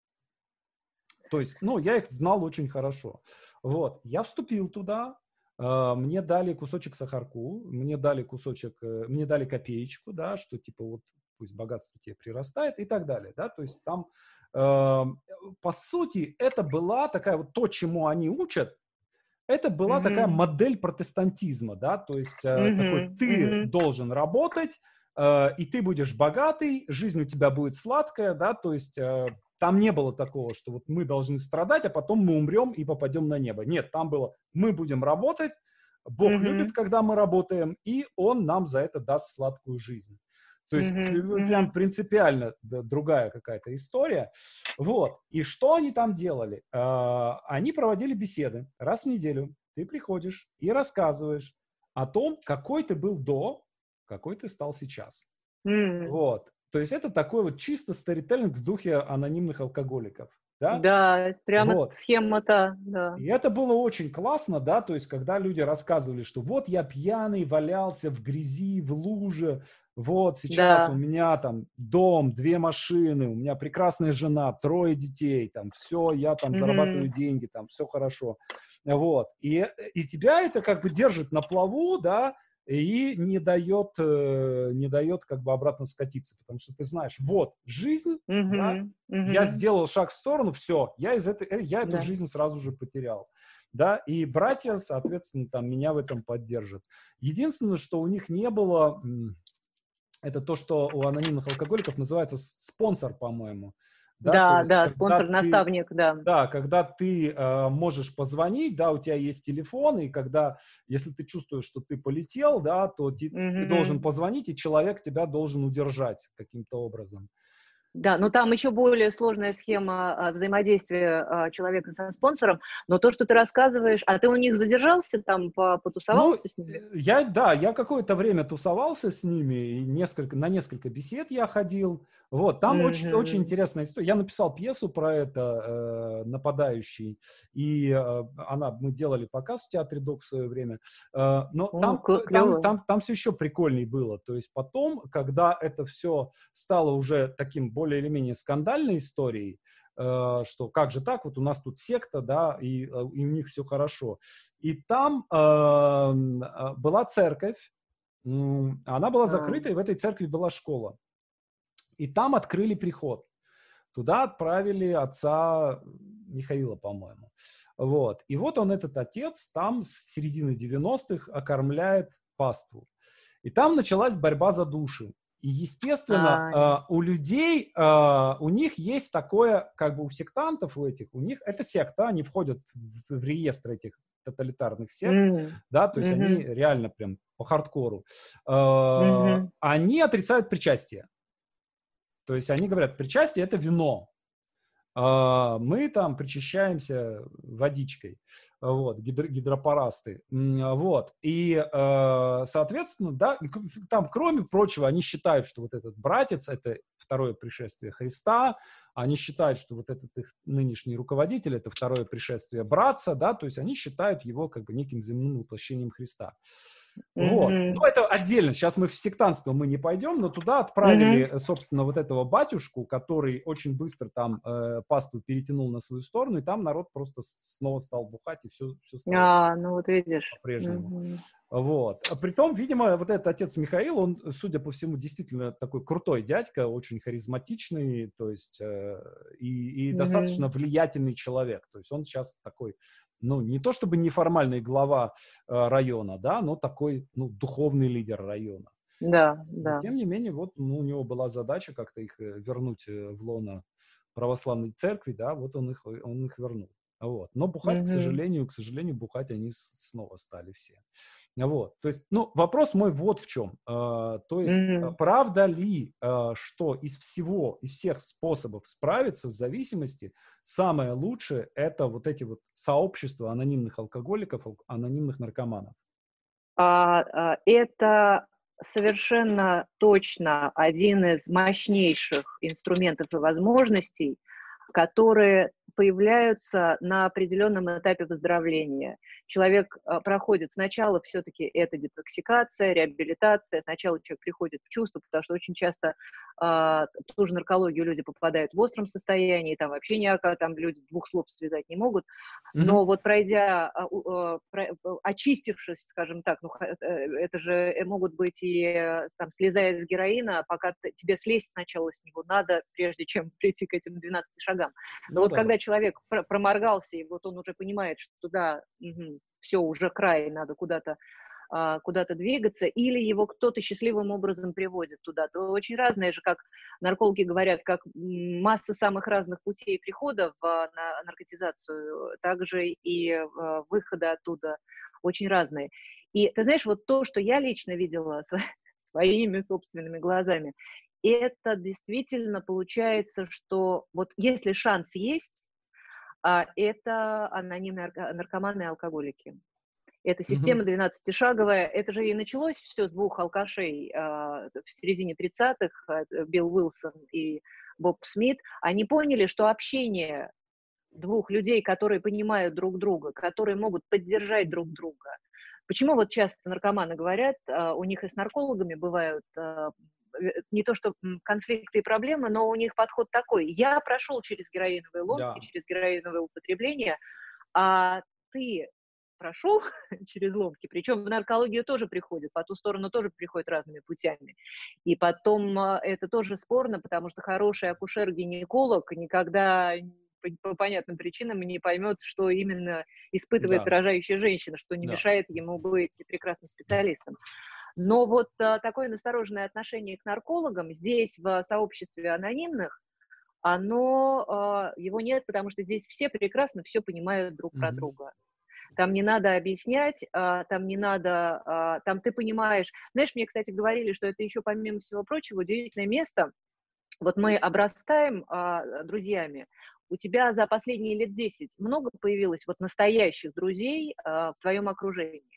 То есть, ну, я их знал очень хорошо. Вот. Я вступил туда, э, мне дали кусочек сахарку, мне дали кусочек, э, мне дали копеечку, да, что типа вот пусть богатство тебе прирастает и так далее, да, то есть там, э, по сути, это была такая вот то, чему они учат. Это была mm-hmm. такая модель протестантизма, да, то есть э, mm-hmm. такой ты mm-hmm. должен работать, э, и ты будешь богатый, жизнь у тебя будет сладкая, да, то есть э, там не было такого, что вот мы должны страдать, а потом мы умрем и попадем на небо. Нет, там было мы будем работать, Бог mm-hmm. любит, когда мы работаем, и Он нам за это даст сладкую жизнь. То есть mm-hmm. прям принципиально другая какая-то история. Вот. И что они там делали? А, они проводили беседы раз в неделю. Ты приходишь и рассказываешь о том, какой ты был до, какой ты стал сейчас. Mm-hmm. Вот. То есть это такой вот чисто сторителлинг в духе анонимных алкоголиков. Да, да прямо вот. Схема-то, да. И это было очень классно, да, то есть когда люди рассказывали, что вот я пьяный, валялся в грязи, в луже, вот сейчас да. у меня там дом, две машины, у меня прекрасная жена, трое детей, там все, я там mm-hmm. зарабатываю деньги, там все хорошо, вот. И, и тебя это как бы держит на плаву, да, и не дает, э, не дает как бы обратно скатиться, потому что ты знаешь, вот, жизнь, mm-hmm. да, mm-hmm. я сделал шаг в сторону, все, я, из этой, я эту да. жизнь сразу же потерял, да, и братья, соответственно, там меня в этом поддержат. Единственное, что у них не было, это то, что у анонимных алкоголиков называется спонсор, по-моему. Да, да, да спонсор-наставник, да. Да, когда ты э, можешь позвонить, да, у тебя есть телефон, и когда, если ты чувствуешь, что ты полетел, да, то ты, mm-hmm. ты должен позвонить, и человек тебя должен удержать каким-то образом. Да, но там еще более сложная схема а, взаимодействия а, человека со спонсором. Но то, что ты рассказываешь, а ты у них задержался там, по- Ну, потусовался с ними? э, я, да, я какое-то время тусовался с ними, и несколько, на несколько бесед я ходил. Вот, там очень, очень Мгм. интересная история. Я написал пьесу про это, э, «Нападающий», и э, она, мы делали показ в театре ДОК в свое время. Э, но О, там, э, там, клево. там, там все еще прикольней было. То есть потом, когда это все стало уже таким более или менее скандальной историей, э, что как же так, вот у нас тут секта, да, и, э, и у них все хорошо. И там э, э, была церковь, м, она была А, закрыта, и в этой церкви была школа. И там открыли приход. Туда отправили отца Михаила, по-моему. Вот. И вот он, этот отец, там с середины девяностых окормляет паству. И там началась борьба за души. И, естественно, а, э, у людей, э, у них есть такое, как бы у сектантов, у этих, у них, это секта, они входят в, в реестр этих тоталитарных сект, м, да, то есть они мгм, реально прям по хардкору. Э, мгм. они отрицают причастие. То есть они говорят, причастие – это вино. А, мы там причащаемся водичкой, вот, гидро, гидропарасты, вот, и, э, соответственно, да, там, кроме прочего, они считают, что вот этот братец – это второе пришествие Христа, они считают, что вот этот их нынешний руководитель – это второе пришествие братца, да, то есть они считают его как бы неким земным воплощением Христа. Вот. Ну, Мгм. это отдельно. Сейчас мы в сектантство мы не пойдем, но туда Мгм. отправили, собственно, вот этого батюшку, который очень быстро там э, паству перетянул на свою сторону, и там народ просто снова стал бухать, и все, все стало А, ну вот видишь. по-прежнему. Мгм. Вот. А притом, видимо, вот этот отец Михаил, он, судя по всему, действительно такой крутой дядька, очень харизматичный, то есть э, и, и достаточно Мгм. влиятельный человек. То есть он сейчас такой, ну, не то чтобы неформальный глава э, района, да, но такой, ну, духовный лидер района. Да, Но, да. тем не менее, вот ну, у него была задача как-то их э, вернуть э, в лоно православной церкви, да, вот он их, он их вернул. Вот. Но бухать, к Мгм. сожалению, к сожалению, бухать они с- снова стали все. Вот, то есть, ну, вопрос мой вот в чем. А, то есть, а, Мгм. правда ли, а, что из всего, из всех способов справиться с зависимостью, самое лучшее – это вот эти вот сообщества анонимных алкоголиков, ал- анонимных наркоманов? А, а, это совершенно точно один из мощнейших инструментов и возможностей, которые появляются на определенном этапе выздоровления. Человек а, проходит сначала все-таки это детоксикация, реабилитация, сначала человек приходит в чувство, потому что очень часто а, в ту же наркологию люди попадают в остром состоянии, там вообще никак, там люди двух слов связать не могут, Мгм. но вот пройдя, а, у, а, про- э, очистившись, скажем так, ну, ха- э, это же э, могут быть и э, там, слезая из героина, пока ты- тебе слезть сначала с него надо, прежде чем прийти к этим двенадцати шагам. Но Ну вот да. когда человек пр- проморгался, и вот он уже понимает, что да, все, уже край, надо куда-то а, куда-то двигаться, или его кто-то счастливым образом приводит туда. То очень разные же, как наркологи говорят, как м, масса самых разных путей прихода в а, на наркотизацию, также и а, выхода оттуда очень разные. И ты знаешь, вот то, что я лично видела сво- своими собственными глазами, это действительно получается, что вот если шанс есть, а, это анонимные нарко- наркоманы и алкоголики. Это Мгм. система двенадцатишаговая. Это же и началось все с двух алкашей а, в середине тридцатых, а, Билл Уилсон и Боб Смит. Они поняли, что общение двух людей, которые понимают друг друга, которые могут поддержать друг друга. Почему вот часто наркоманы говорят, а, у них и с наркологами бывают а, э, не то что м, конфликты и проблемы, но у них подход такой: я прошел через героиновые ломки, Да. через героиновое употребление, а ты прошел через ломки, причем в наркологию тоже приходят, по ту сторону тоже приходят разными путями. И потом а, это тоже спорно, потому что хороший акушер-гинеколог никогда по, по понятным причинам не поймет, что именно испытывает Да. рожающая женщина, что не Да. мешает ему быть прекрасным специалистом. Но вот а, такое настороженное отношение к наркологам здесь, в сообществе анонимных, оно, а, его нет, потому что здесь все прекрасно все понимают друг про Мгм. друга. Там не надо объяснять, а, там не надо, а, там ты понимаешь. Знаешь, мне, кстати, говорили, что это еще, помимо всего прочего, удивительное место, вот мы обрастаем а, друзьями. У тебя за последние лет десять много появилось вот настоящих друзей а, в твоем окружении?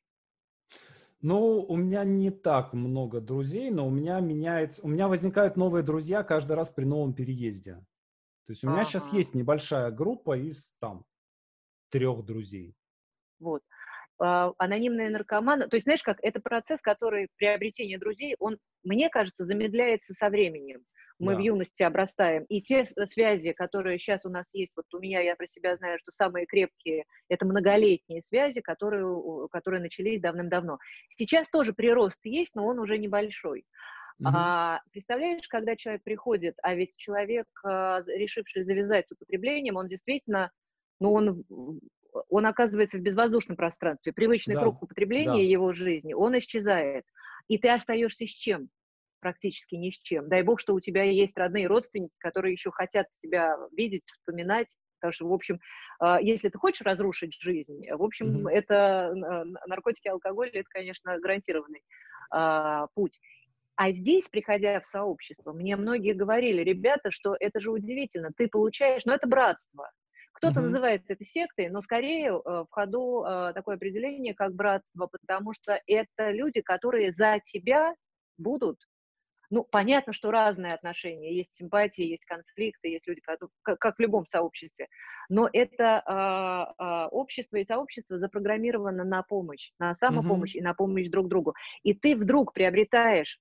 Ну, у меня не так много друзей, но у меня меняется, у меня возникают новые друзья каждый раз при новом переезде. То есть у меня сейчас Ага, есть небольшая группа из там трех друзей. вот. А, анонимные наркоманы, то есть, знаешь, как это процесс, который приобретение друзей, он, мне кажется, замедляется со временем. Мы в Да. юности обрастаем, и те с- связи, которые сейчас у нас есть, вот у меня, я про себя знаю, что самые крепкие, это многолетние связи, которые, у- которые начались давным-давно. Сейчас тоже прирост есть, но он уже небольшой. Мгм. А, представляешь, когда человек приходит, а ведь человек, а, решивший завязать с употреблением, он действительно, ну, он, в- он оказывается в безвоздушном пространстве. Привычный Да, круг употребления да. его жизни, он исчезает. И ты остаешься с чем? Практически ни с чем. Дай бог, что у тебя есть родные родственники, которые еще хотят тебя видеть, вспоминать. Потому что, в общем, а, если ты хочешь разрушить жизнь, в общем, Мгм. это н- наркотики, алкоголь, это, конечно, гарантированный а, путь. А здесь, приходя в сообщество, мне многие говорили: ребята, что это же удивительно, ты получаешь, ну это братство. Кто-то Мгм. называет это сектой, но скорее э, в ходу э, такое определение, как братство, потому что это люди, которые за тебя будут, ну, понятно, что разные отношения, есть симпатии, есть конфликты, есть люди, кото- как, как в любом сообществе, но это а, а, общество и сообщество запрограммировано на помощь, на Мгм. самопомощь и на помощь друг другу. И ты вдруг приобретаешь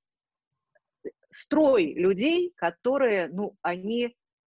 строй людей, которые, ну, они,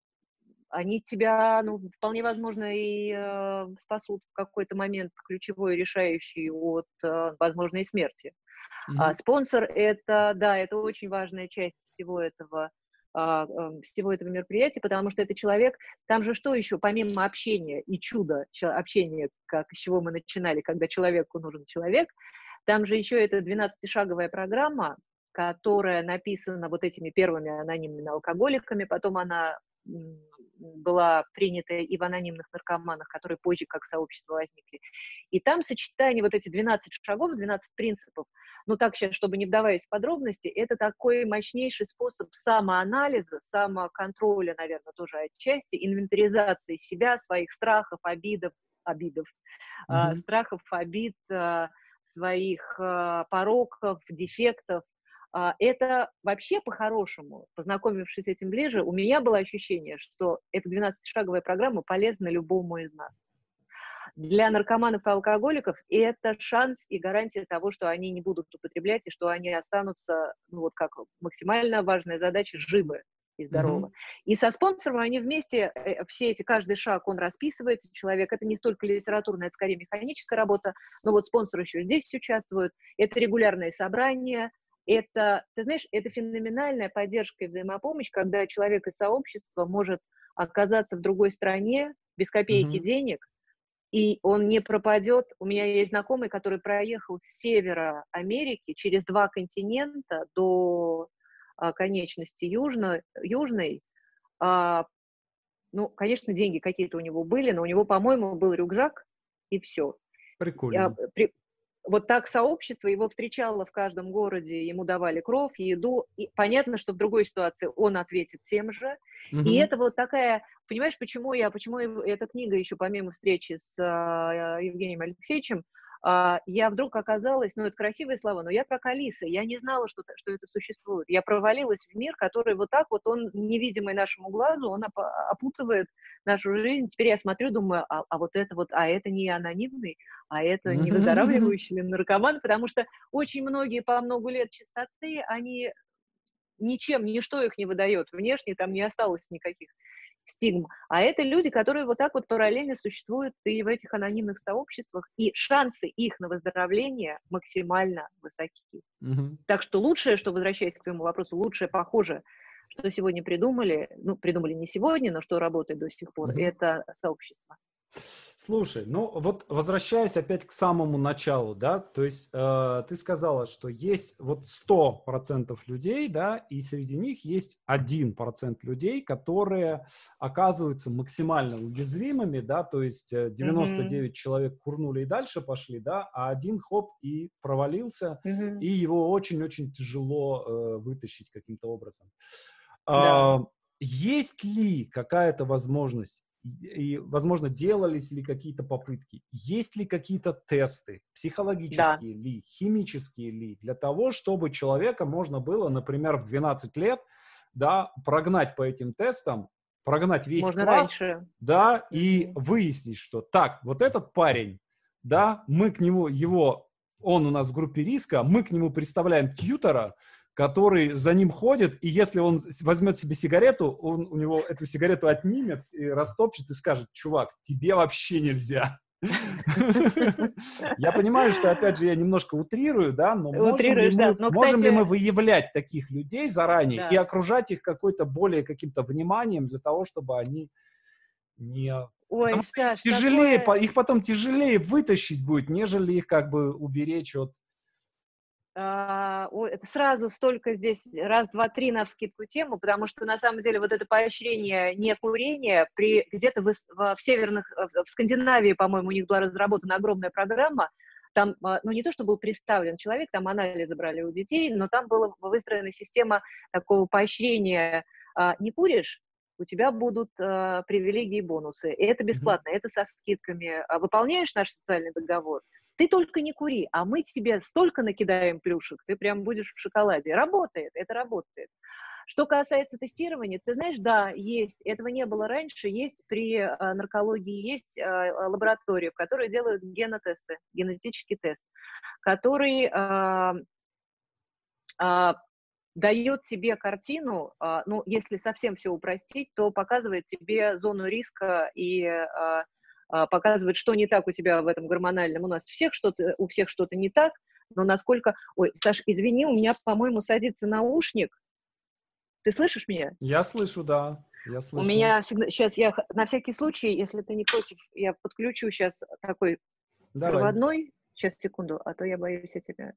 они тебя, ну, вполне возможно, и э, спасут в какой-то момент ключевой, решающий от э, возможной смерти. А Мгм. спонсор — это, да, это очень важная часть всего этого, а, ам, всего этого мероприятия, потому что это человек, там же что еще, помимо общения и чуда ча- общения, как с чего мы начинали, когда человеку нужен человек, там же еще это двенадцатишаговая программа, которая написана вот этими первыми анонимными алкоголиками, потом она м, была принята и в анонимных наркоманах, которые позже как сообщество возникли. И там сочетание вот эти двенадцать шагов, двенадцать принципов, ну так сейчас, чтобы не вдаваясь в подробности, это такой мощнейший способ самоанализа, самоконтроля, наверное, тоже отчасти, инвентаризации себя, своих страхов, обидов, обидов, э, Мгм. страхов, обид, э, своих э, пороков, дефектов. А, Это вообще по-хорошему, познакомившись с этим ближе, у меня было ощущение, что эта двенадцатишаговая программа полезна любому из нас. Для наркоманов и алкоголиков это шанс и гарантия того, что они не будут употреблять и что они останутся, ну вот как максимально важная задача, живы и здоровы. Мгм. И со спонсором они вместе, э, все эти, каждый шаг, он расписывается, человек, это не столько литературная, это скорее механическая работа, но вот спонсор еще здесь участвует, это регулярные собрания, это, ты знаешь, это феноменальная поддержка и взаимопомощь, когда человек из сообщества может оказаться в другой стране без копейки Мгм. денег, и он не пропадет. У меня есть знакомый, который проехал с севера Америки через два континента до а, конечности южно, южной. А, ну, конечно, деньги какие-то у него были, но у него, по-моему, был рюкзак, и все. Я, Прикольно. при, вот так сообщество его встречало в каждом городе, ему давали кров, еду. И понятно, что в другой ситуации он ответит тем же. И Мгм. это вот такая, понимаешь, почему я, почему эта книга еще помимо встречи с а, Евгением Алексеевичем, а, я вдруг оказалась, ну это красивые слова, но я как Алиса, я не знала, что, что это существует. Я провалилась в мир, который вот так вот, он невидимый нашему глазу, он оп- опутывает нашу жизнь. Теперь я смотрю, думаю, а, а вот это вот, а это не анонимный, а это не Мгм. выздоравливающий ли наркоман, потому что очень многие по много лет чистоты, они ничем, ничто их не выдает внешне, там не осталось никаких стигм. А это люди, которые вот так вот параллельно существуют и в этих анонимных сообществах, и шансы их на выздоровление максимально высоки. Мгм. Так что лучшее, что, возвращаясь к твоему вопросу, лучшее, похоже, что сегодня придумали, ну, придумали не сегодня, но что работает до сих пор, Мгм. это сообщество. Слушай, ну вот возвращаясь опять к самому началу, да, то есть э, ты сказала, что есть вот сто процентов людей, да, и среди них есть один процент людей, которые оказываются максимально уязвимыми, да, то есть э, девяносто Мгм. девять человек курнули и дальше пошли, да, а один хоп и провалился, и Мгм. его очень-очень тяжело э, вытащить каким-то образом. А, есть ли какая-то возможность, и, возможно, делались ли какие-то попытки, есть ли какие-то тесты, психологические Да. ли, химические ли, для того, чтобы человека можно было, например, в двенадцать лет, да, прогнать по этим тестам, прогнать весь Можно класс, раньше. да, и Мгм. выяснить, что так, вот этот парень, да, мы к нему, его, он у нас в группе риска, мы к нему представляем тьютора, который за ним ходит, и если он возьмет себе сигарету, он у него эту сигарету отнимет и растопчет и скажет: чувак, тебе вообще нельзя. Я понимаю, что, опять же, я немножко утрирую, да, но можем ли Утрируешь, да. мы, Но, можем ли кстати, мы выявлять таких людей заранее и да. окружать их какой-то более каким-то вниманием для того, чтобы они не... Ой, Потому что их Саш, тяжелее, такое... их потом тяжелее вытащить будет, нежели их как бы уберечь от... А, ой, это сразу столько здесь раз, два, три навскидку тему, потому что на самом деле вот это поощрение некурения при где-то в, в, в северных, в, в Скандинавии, по-моему, у них была разработана огромная программа, там, ну, не то, что был представлен человек, там анализы брали у детей, но там была выстроена система такого поощрения. А, не куришь, у тебя будут а, привилегии и бонусы. И это бесплатно, это со скидками. А выполняешь наш социальный договор, ты только не кури, а мы тебе столько накидаем плюшек, ты прям будешь в шоколаде. Работает, это работает. Что касается тестирования, ты знаешь, да, есть, этого не было раньше, есть при а, наркологии, есть а, лаборатории, которые делают генотесты, генетический тест, который а, а, дает тебе картину, а, ну, если совсем все упростить, то показывает тебе зону риска и а, а, показывает, что не так у тебя в этом гормональном. У нас всех что-то, у всех что-то не так, но насколько... Ой, Саш, извини, у меня, по-моему, садится наушник. Ты слышишь меня? Я слышу, да, я У слышу. меня всегда... Сейчас я на всякий случай, если ты не против, я подключу сейчас такой Давай. проводной. Сейчас, секунду, а то я боюсь я тебя...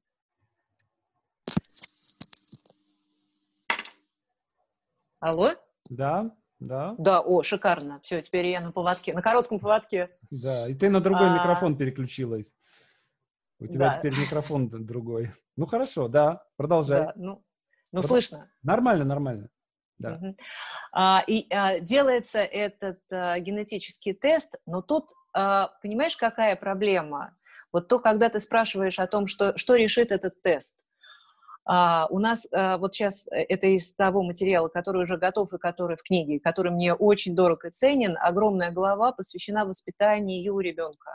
Алло? Да, да. Да, о, шикарно. Все, теперь я на поводке, на коротком поводке. Да, и ты на другой а... микрофон переключилась. У тебя да. теперь микрофон другой. Ну, хорошо, да, продолжай. Да, ну, ну Продол... слышно. Нормально, нормально. Да. Угу. А, и а, делается этот а, генетический тест, но тут, а, понимаешь, какая проблема? Вот то, когда ты спрашиваешь о том, что, что решит этот тест. А, у нас а, вот сейчас, это из того материала, который уже готов и который в книге, который мне очень дорог и ценен, огромная глава посвящена воспитанию ребенка.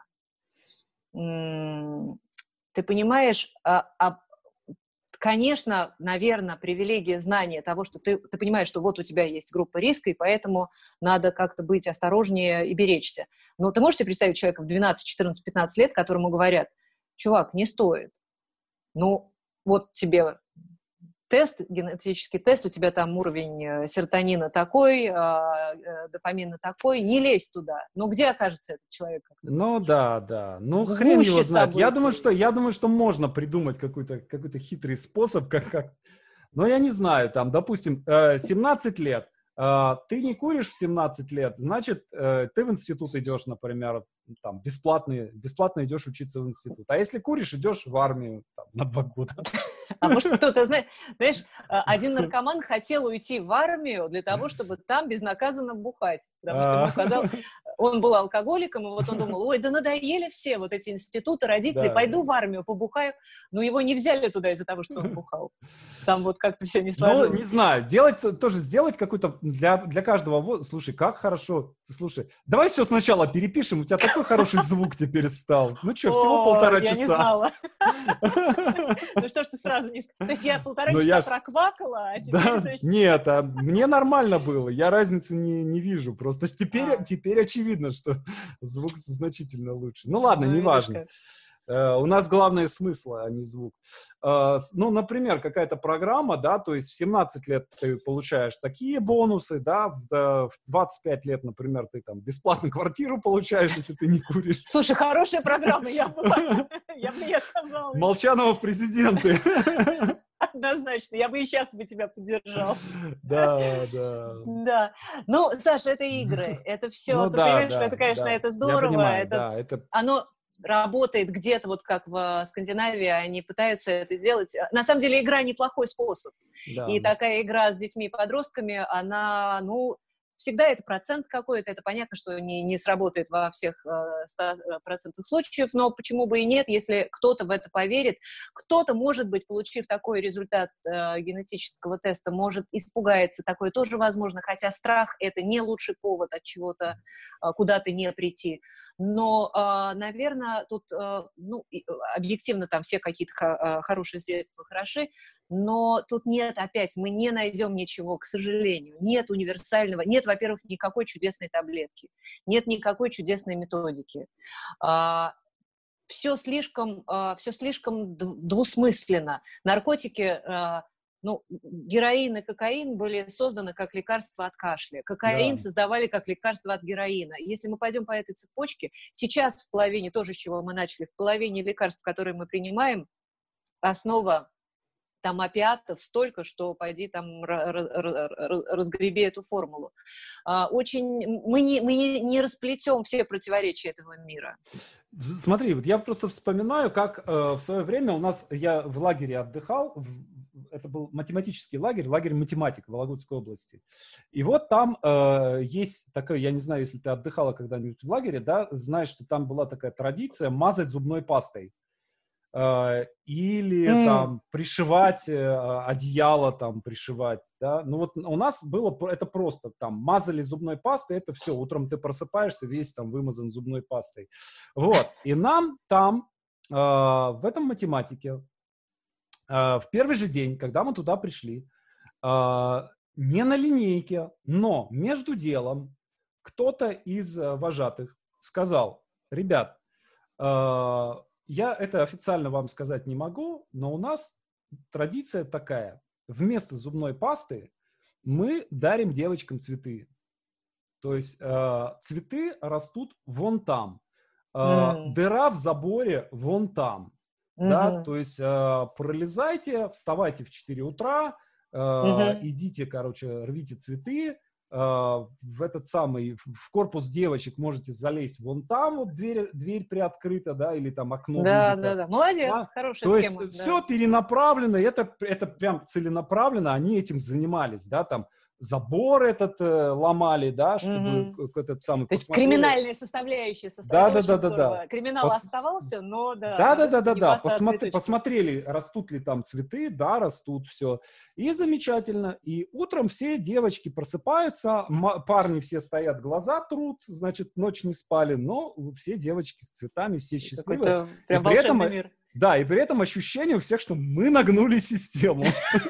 М-м, ты понимаешь, а, а, конечно, наверное, привилегия знания того, что ты, ты понимаешь, что вот у тебя есть группа риска, и поэтому надо как-то быть осторожнее и беречься. Но ты можешь себе представить человека в двенадцать, четырнадцать, пятнадцать лет, которому говорят: чувак, не стоит. Ну, вот тебе тест, генетический тест, у тебя там уровень серотонина такой, э, допамина такой, не лезь туда. Ну, где окажется этот человек? Ну, да, да. Ну, в хрен его знает. событий. Я думаю, что, я думаю, что можно придумать какой-то, какой-то хитрый способ, как, как... Но я не знаю, там, допустим, семнадцать лет. Ты не куришь в семнадцать лет, значит, ты в институт идешь, например, там, бесплатно, бесплатно идешь учиться в институт. А если куришь, идешь в армию там, на два года. А может, кто-то, знаешь, один наркоман хотел уйти в армию для того, чтобы там безнаказанно бухать. Потому что ему казалось, он был алкоголиком, и вот он думал: ой, да надоели все вот эти институты, родители, пойду в армию, побухаю. Но его не взяли туда из-за того, что он бухал. Там вот как-то все не сложилось. Ну, не знаю, делать тоже, сделать какой-то для, для каждого... Слушай, как хорошо. Слушай, давай все сначала перепишем, у тебя такой хороший звук теперь стал. Ну что, всего полтора часа. Я не знала. Ну что ж ты сразу не... То есть я полтора часа проквакала, а теперь... Нет, мне нормально было, я разницы не вижу. Просто теперь очевидно, что звук значительно лучше. Ну ладно, неважно. Uh, у нас главное смысл, а не звук. Uh, ну, например, какая-то программа, да, то есть в семнадцать лет ты получаешь такие бонусы, да, в, в двадцать пять лет, например, ты там бесплатно квартиру получаешь, если ты не куришь. Слушай, хорошая программа, я бы не отказалась. Молчанова в президенты. Однозначно, я бы и сейчас бы тебя поддержал. Да, да. Да. Ну, Саша, это игры, это все, ну, ты да, понимаешь, да, это, конечно, да. это здорово. Я понимаю, это... да, это... Оно работает где-то, вот как в Скандинавии, они пытаются это сделать. На самом деле игра неплохой способ. Да. И такая игра с детьми и подростками, она, ну, всегда это процент какой-то, это понятно, что не, не сработает во всех ста процентах случаев, но почему бы и нет, если кто-то в это поверит. Кто-то, может быть, получив такой результат э, генетического теста, может испугаться, такое тоже возможно, хотя страх – это не лучший повод от чего-то э, куда-то не прийти. Но, э, наверное, тут, э, ну, объективно там все какие-то х- хорошие средства хороши, но тут нет, опять, мы не найдем ничего, к сожалению. Нет универсального, нет, во-первых, никакой чудесной таблетки, нет никакой чудесной методики. А, все слишком, а, все слишком двусмысленно. Наркотики, а, ну, героин и кокаин были созданы как лекарство от кашля. Кокаин да. создавали как лекарство от героина. Если мы пойдем по этой цепочке, сейчас в половине, тоже с чего мы начали, в половине лекарств, которые мы принимаем, основа там опиатов столько, что пойди там разгреби эту формулу. Очень, мы не, мы не расплетем все противоречия этого мира. Смотри, вот я просто вспоминаю, как э, в свое время у нас, я в лагере отдыхал, в, это был математический лагерь, лагерь математик в Вологодской области. И вот там э, есть такая, я не знаю, если ты отдыхала когда-нибудь в лагере, да, знаешь, что там была такая традиция мазать зубной пастой. Или mm. там пришивать одеяло, там пришивать, да, ну вот у нас было это просто, там мазали зубной пастой, это все, утром ты просыпаешься весь там вымазан зубной пастой, вот, и нам там э, в этом математике э, в первый же день, когда мы туда пришли, э, не на линейке, но между делом кто-то из э, вожатых сказал: ребят, э, я это официально вам сказать не могу, но у нас традиция такая. Вместо зубной пасты мы дарим девочкам цветы. То есть э, цветы растут вон там. Э, mm. Дыра в заборе вон там. Mm-hmm. Да? То есть э, пролезайте, вставайте в четыре утра, э, mm-hmm. идите, короче, рвите цветы. В этот самый, в корпус девочек можете залезть вон там, вот дверь, дверь приоткрыта, да, или там окно. Да, да, да, молодец, да? Хорошая То схема. То есть да. все перенаправлено, это, это прям целенаправленно, они этим занимались, да, там забор этот э, ломали, да, чтобы угу. этот самый... То есть криминальная составляющая составляла. Да, да, да, да, да. Криминал Пос... оставался, но да. Да, да, да, да, да. Посмотри, посмотрели, растут ли там цветы, да, растут, все. И замечательно. И утром все девочки просыпаются, парни все стоят, глаза трут, значит, ночь не спали, но все девочки с цветами, все счастливые. Какой-то прям волшебный мир. Да, и при этом ощущение у всех, что мы нагнули систему.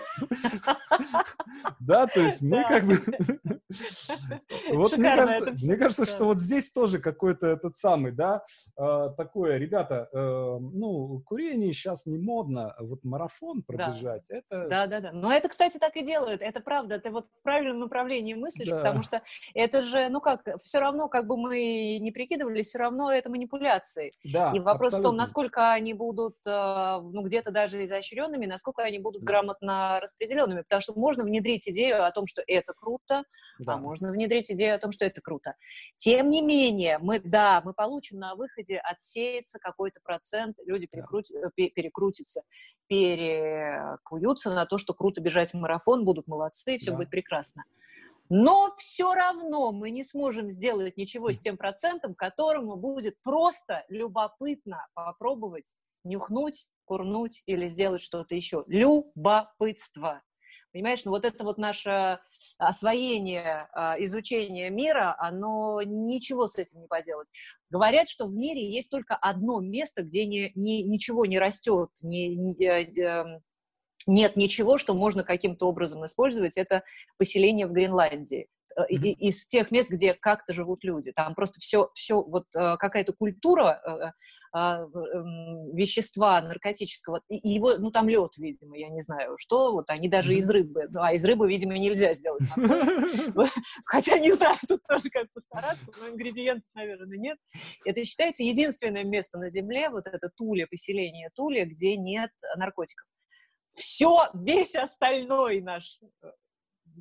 Да, то есть мы как бы... Вот мне кажется, что вот здесь тоже какой-то этот самый, да, такое, ребята, ну, курение сейчас не модно, вот марафон пробежать, это... Да, да, да. Но это, кстати, так и делают, это правда, ты вот в правильном направлении мыслишь, потому что это же, ну как, все равно, как бы мы не прикидывались, все равно это манипуляции. И вопрос в том, насколько они будут ну, где-то даже изощренными, насколько они будут грамотно распределенными, потому что можно внедрить идею о том, что это круто, да. а можно внедрить идею о том, что это круто. Тем не менее, мы, да, мы получим на выходе, отсеется какой-то процент, люди перекрути, да. перекрутятся, перекуются на то, что круто бежать в марафон, будут молодцы, все да. будет прекрасно. Но все равно мы не сможем сделать ничего с тем процентом, которому будет просто любопытно попробовать нюхнуть, курнуть или сделать что-то еще. Любопытство. Понимаешь, ну вот это вот наше освоение, изучение мира, оно ничего с этим не поделать. Говорят, что в мире есть только одно место, где не, не, ничего не растет, не, не, нет ничего, что можно каким-то образом использовать. Это поселение в Гренландии. Mm-hmm. Из тех мест, где как-то живут люди. Там просто все, все вот какая-то культура вещества наркотического, и его, ну, там лед, видимо, я не знаю, что, вот они даже mm-hmm. из рыбы, ну, а из рыбы, видимо, нельзя сделать наркотик. Хотя, не знаю, тут тоже как постараться, но ингредиентов, наверное, нет. Это считается единственное место на Земле, вот это Туле, поселение Туле, где нет наркотиков. Все, весь остальной наш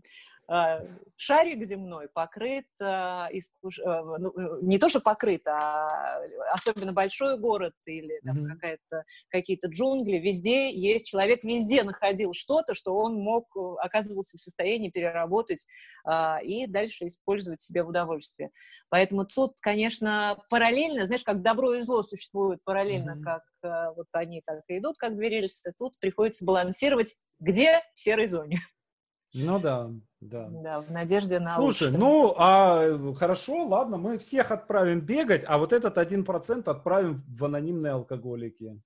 шарик земной покрыт, искуш... ну, не то, что покрыт, а особенно большой город или там, mm-hmm. какая-то, какие-то джунгли, везде есть человек, везде находил что-то, что он мог, оказывался в состоянии переработать и дальше использовать себе в удовольствие. Поэтому тут, конечно, параллельно, знаешь, как добро и зло существуют параллельно, mm-hmm. как вот они так и идут, как две рельсы, тут приходится балансировать, где в серой зоне. Ну да, да. Да, в надежде на Слушай, лучшее. ну, а хорошо, ладно, мы всех отправим бегать, а вот этот один процент отправим в анонимные алкоголики.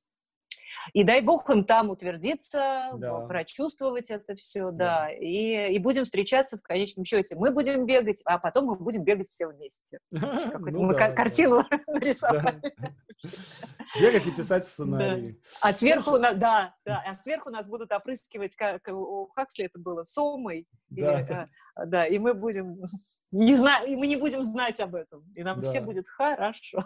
И дай бог им там утвердиться, да. прочувствовать это все, да, да. И, и будем встречаться в конечном счете. Мы будем бегать, а потом мы будем бегать все вместе. Мы картину нарисовали. Бегать и писать сценарий. А сверху, да, да, а сверху нас будут опрыскивать, как у Хаксли это было, сомой. Да, и мы будем не знать, и мы не будем знать об этом, и нам все будет хорошо.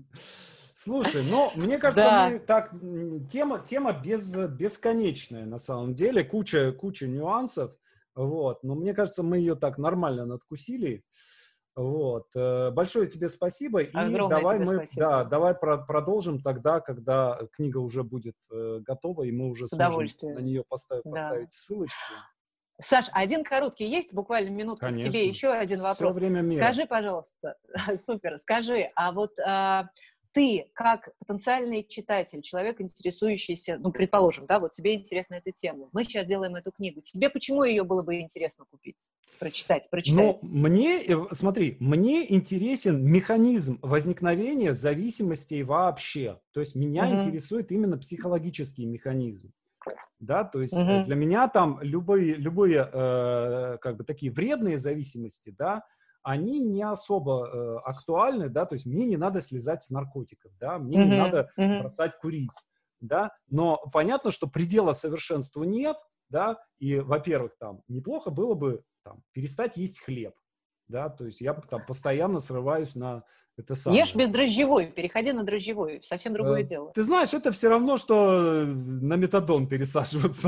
Слушай, ну, мне кажется, да. мы так, тема, тема без, бесконечная на самом деле, куча, куча нюансов, вот, но мне кажется, мы ее так нормально надкусили, вот, большое тебе спасибо, и Огромное давай тебе мы, спасибо. да, давай про- продолжим тогда, когда книга уже будет готова, и мы уже С сможем на нее поставить, да. поставить ссылочки. Саш, один короткий есть, буквально минутку к тебе, еще один вопрос. Все время мира. Скажи, пожалуйста, супер, скажи, а вот а, ты, как потенциальный читатель, человек, интересующийся, ну, предположим, да, вот тебе интересна эта тема, мы сейчас делаем эту книгу, тебе почему ее было бы интересно купить, прочитать, прочитать? Ну, мне, смотри, мне интересен механизм возникновения зависимостей вообще, то есть меня uh-huh. интересует именно психологический механизм. Да, то есть uh-huh. для меня там любые, любые э, как бы такие вредные зависимости, да, они не особо э, актуальны, да, то есть мне не надо слезать с наркотиков, да, мне uh-huh. не надо uh-huh. бросать курить, да, но понятно, что предела совершенству нет, да, и, во-первых, там неплохо было бы там перестать есть хлеб, да, то есть я там постоянно срываюсь на это самое. Ешь бездрожжевой, переходи на дрожжевой, совсем другое э, дело. Ты знаешь, это все равно, что на метадон пересаживаться.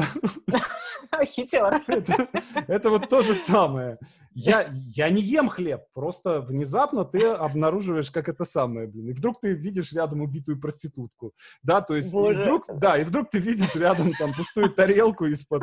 Хитер. Это, это вот то же самое. Я, я не ем хлеб, просто внезапно ты обнаруживаешь, как это самое, блин. И вдруг ты видишь рядом убитую проститутку. Да, то есть, и вдруг, да, и вдруг ты видишь рядом там пустую тарелку из-под...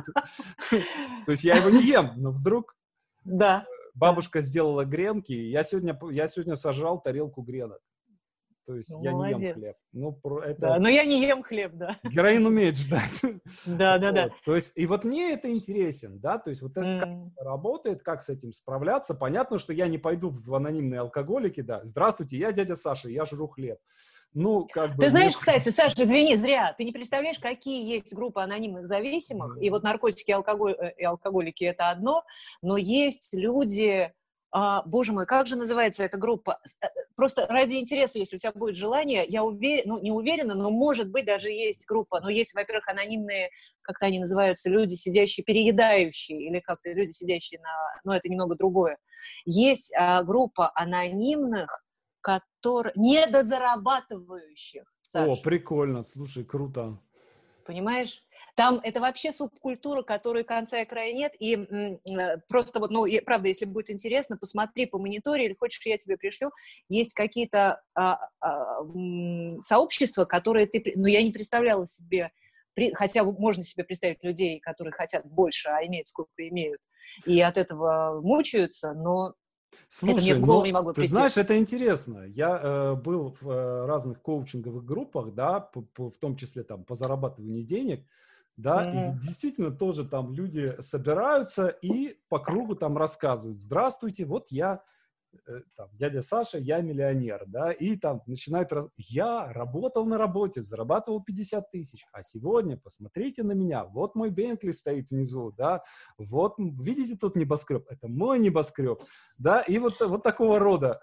То есть я его не ем, но вдруг да. бабушка сделала гренки, и я сегодня, я сегодня сожрал тарелку гренок. То есть ну, я молодец. не ем хлеб. Ну, это... Да, но я не ем хлеб, да. Героин умеет ждать. Да, да, да. То есть, и вот мне это интересен, да, то есть вот это как это работает, как с этим справляться. Понятно, что я не пойду в анонимные алкоголики, да. Здравствуйте, я дядя Саша, я жру хлеб. Ну, как бы... Ты знаешь, кстати, Саша, извини, зря. Ты не представляешь, какие есть группы анонимных зависимых. И вот наркотики и, алкоголь, и алкоголики – это одно, но есть люди... А, боже мой, как же называется эта группа? Просто ради интереса, если у тебя будет желание, я уверена, ну, не уверена, но, может быть, даже есть группа. Но есть, во-первых, анонимные, как-то они называются, люди, сидящие, переедающие, или как-то люди, сидящие на... Ну, это немного другое. Есть а, группа анонимных, которые... недозарабатывающих. Саш. О, прикольно, слушай, круто. Понимаешь? Там это вообще субкультура, которой конца и края нет, и м, просто вот, ну, и, правда, если будет интересно, посмотри по мониторе, или хочешь, я тебе пришлю, есть какие-то а, а, м, сообщества, которые ты, ну, я не представляла себе, при, хотя можно себе представить людей, которые хотят больше, а имеют сколько имеют, и от этого мучаются, но Слушай, это мне в голову не могло ты прийти. знаешь, это интересно. Я э, был в э, разных коучинговых группах, да, по, по, в том числе там по зарабатыванию денег, да, mm-hmm. и действительно тоже там люди собираются и по кругу там рассказывают: здравствуйте, вот я, э, там, дядя Саша, я миллионер, да, и там начинают, раз... я работал на работе, зарабатывал пятьдесят тысяч, а сегодня, посмотрите на меня, вот мой Бентли стоит внизу, да, вот, видите тут небоскреб, это мой небоскреб, да, и вот, вот такого рода.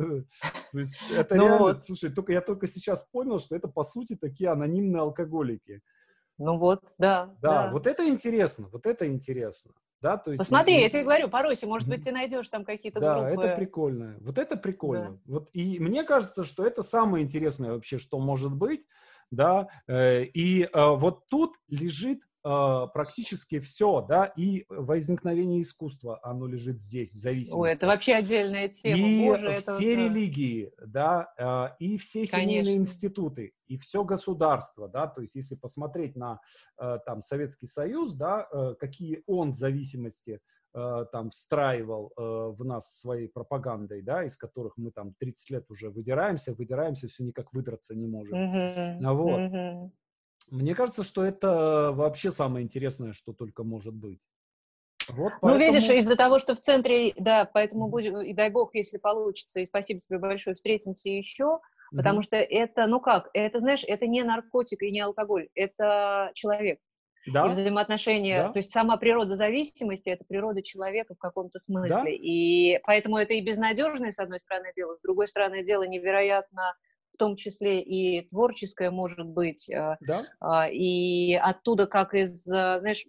То есть это ну реально, вот. Слушай, только, я только сейчас понял, что это, по сути, такие анонимные алкоголики. Ну вот, да, да. Да, да. вот это интересно, вот это интересно. Да, то есть, посмотри, и, я тебе говорю, поройся, может быть, ты найдешь там какие-то да, группы. Да, это прикольно. Вот это прикольно. Да. Вот, и мне кажется, что это самое интересное вообще, что может быть. Да, э, и э, вот тут лежит э, практически все, да, и возникновение искусства, оно лежит здесь, в зависимости. Ой, это вообще отдельная тема, и Боже, это все вот, религии, да, э, и все семейные Конечно. институты, и все государство, да, то есть если посмотреть на э, там Советский Союз, да, э, какие он зависимости э, там встраивал э, в нас своей пропагандой, да, из которых мы там тридцать лет уже выдираемся, выдираемся, все никак выдраться не можем. Угу, Вот. угу. Мне кажется, что это вообще самое интересное, что только может быть. Вот ну, поэтому... видишь, из-за того, что в центре, да, поэтому будем, и дай бог, если получится, и спасибо тебе большое, встретимся еще, mm-hmm. потому что это, ну как, это, знаешь, это не наркотик и не алкоголь, это человек. Да? И взаимоотношения, да? То есть сама природа зависимости – это природа человека в каком-то смысле. Да? И поэтому это и безнадежное, с одной стороны, дело, с другой стороны, дело невероятно, в том числе и творческое, может быть, да? И оттуда, как из, знаешь,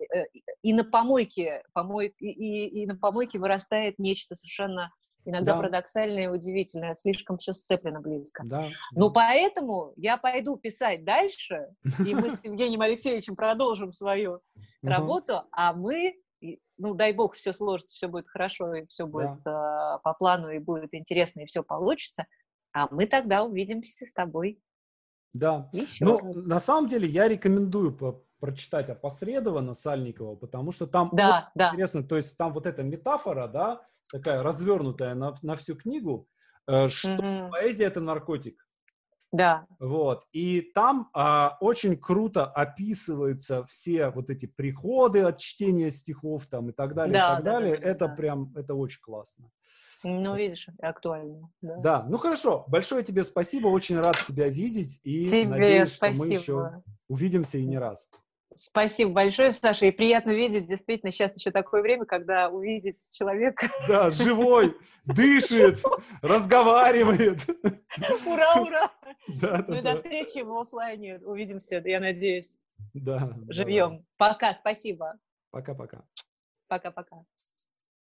и на помойке, помой, и, и на помойке вырастает нечто совершенно иногда да. парадоксальное и удивительное, слишком все сцеплено близко. Да, ну, да. Поэтому я пойду писать дальше, и мы с Евгением Алексеевичем продолжим свою работу, а мы, ну, дай бог, все сложится, все будет хорошо, и все будет да. по плану, и будет интересно, и все получится, а мы тогда увидимся с тобой. Да. Еще ну, раз. На самом деле, я рекомендую по- прочитать Опосредованно Сальникова, потому что там да, очень да. интересно, то есть там вот эта метафора, да, такая развернутая на, на всю книгу, э, что mm-hmm. поэзия — это наркотик. Да. Вот. И там а, очень круто описываются все вот эти приходы от чтения стихов там и так далее, да, и так да, далее. Да, да, это да. прям, это очень классно. Ну, видишь, актуально. Да. да, ну хорошо. Большое тебе спасибо. Очень рад тебя видеть. И тебе надеюсь, спасибо. что мы еще увидимся и не раз. Спасибо большое, Саша. И приятно видеть. Действительно, сейчас еще такое время, когда увидеть человека... Да, живой, дышит, разговаривает. Ура, ура! Да, ну да, и да. до встречи в офлайне. Увидимся, я надеюсь. Да. Живьем. Пока, спасибо. Пока-пока. Пока-пока.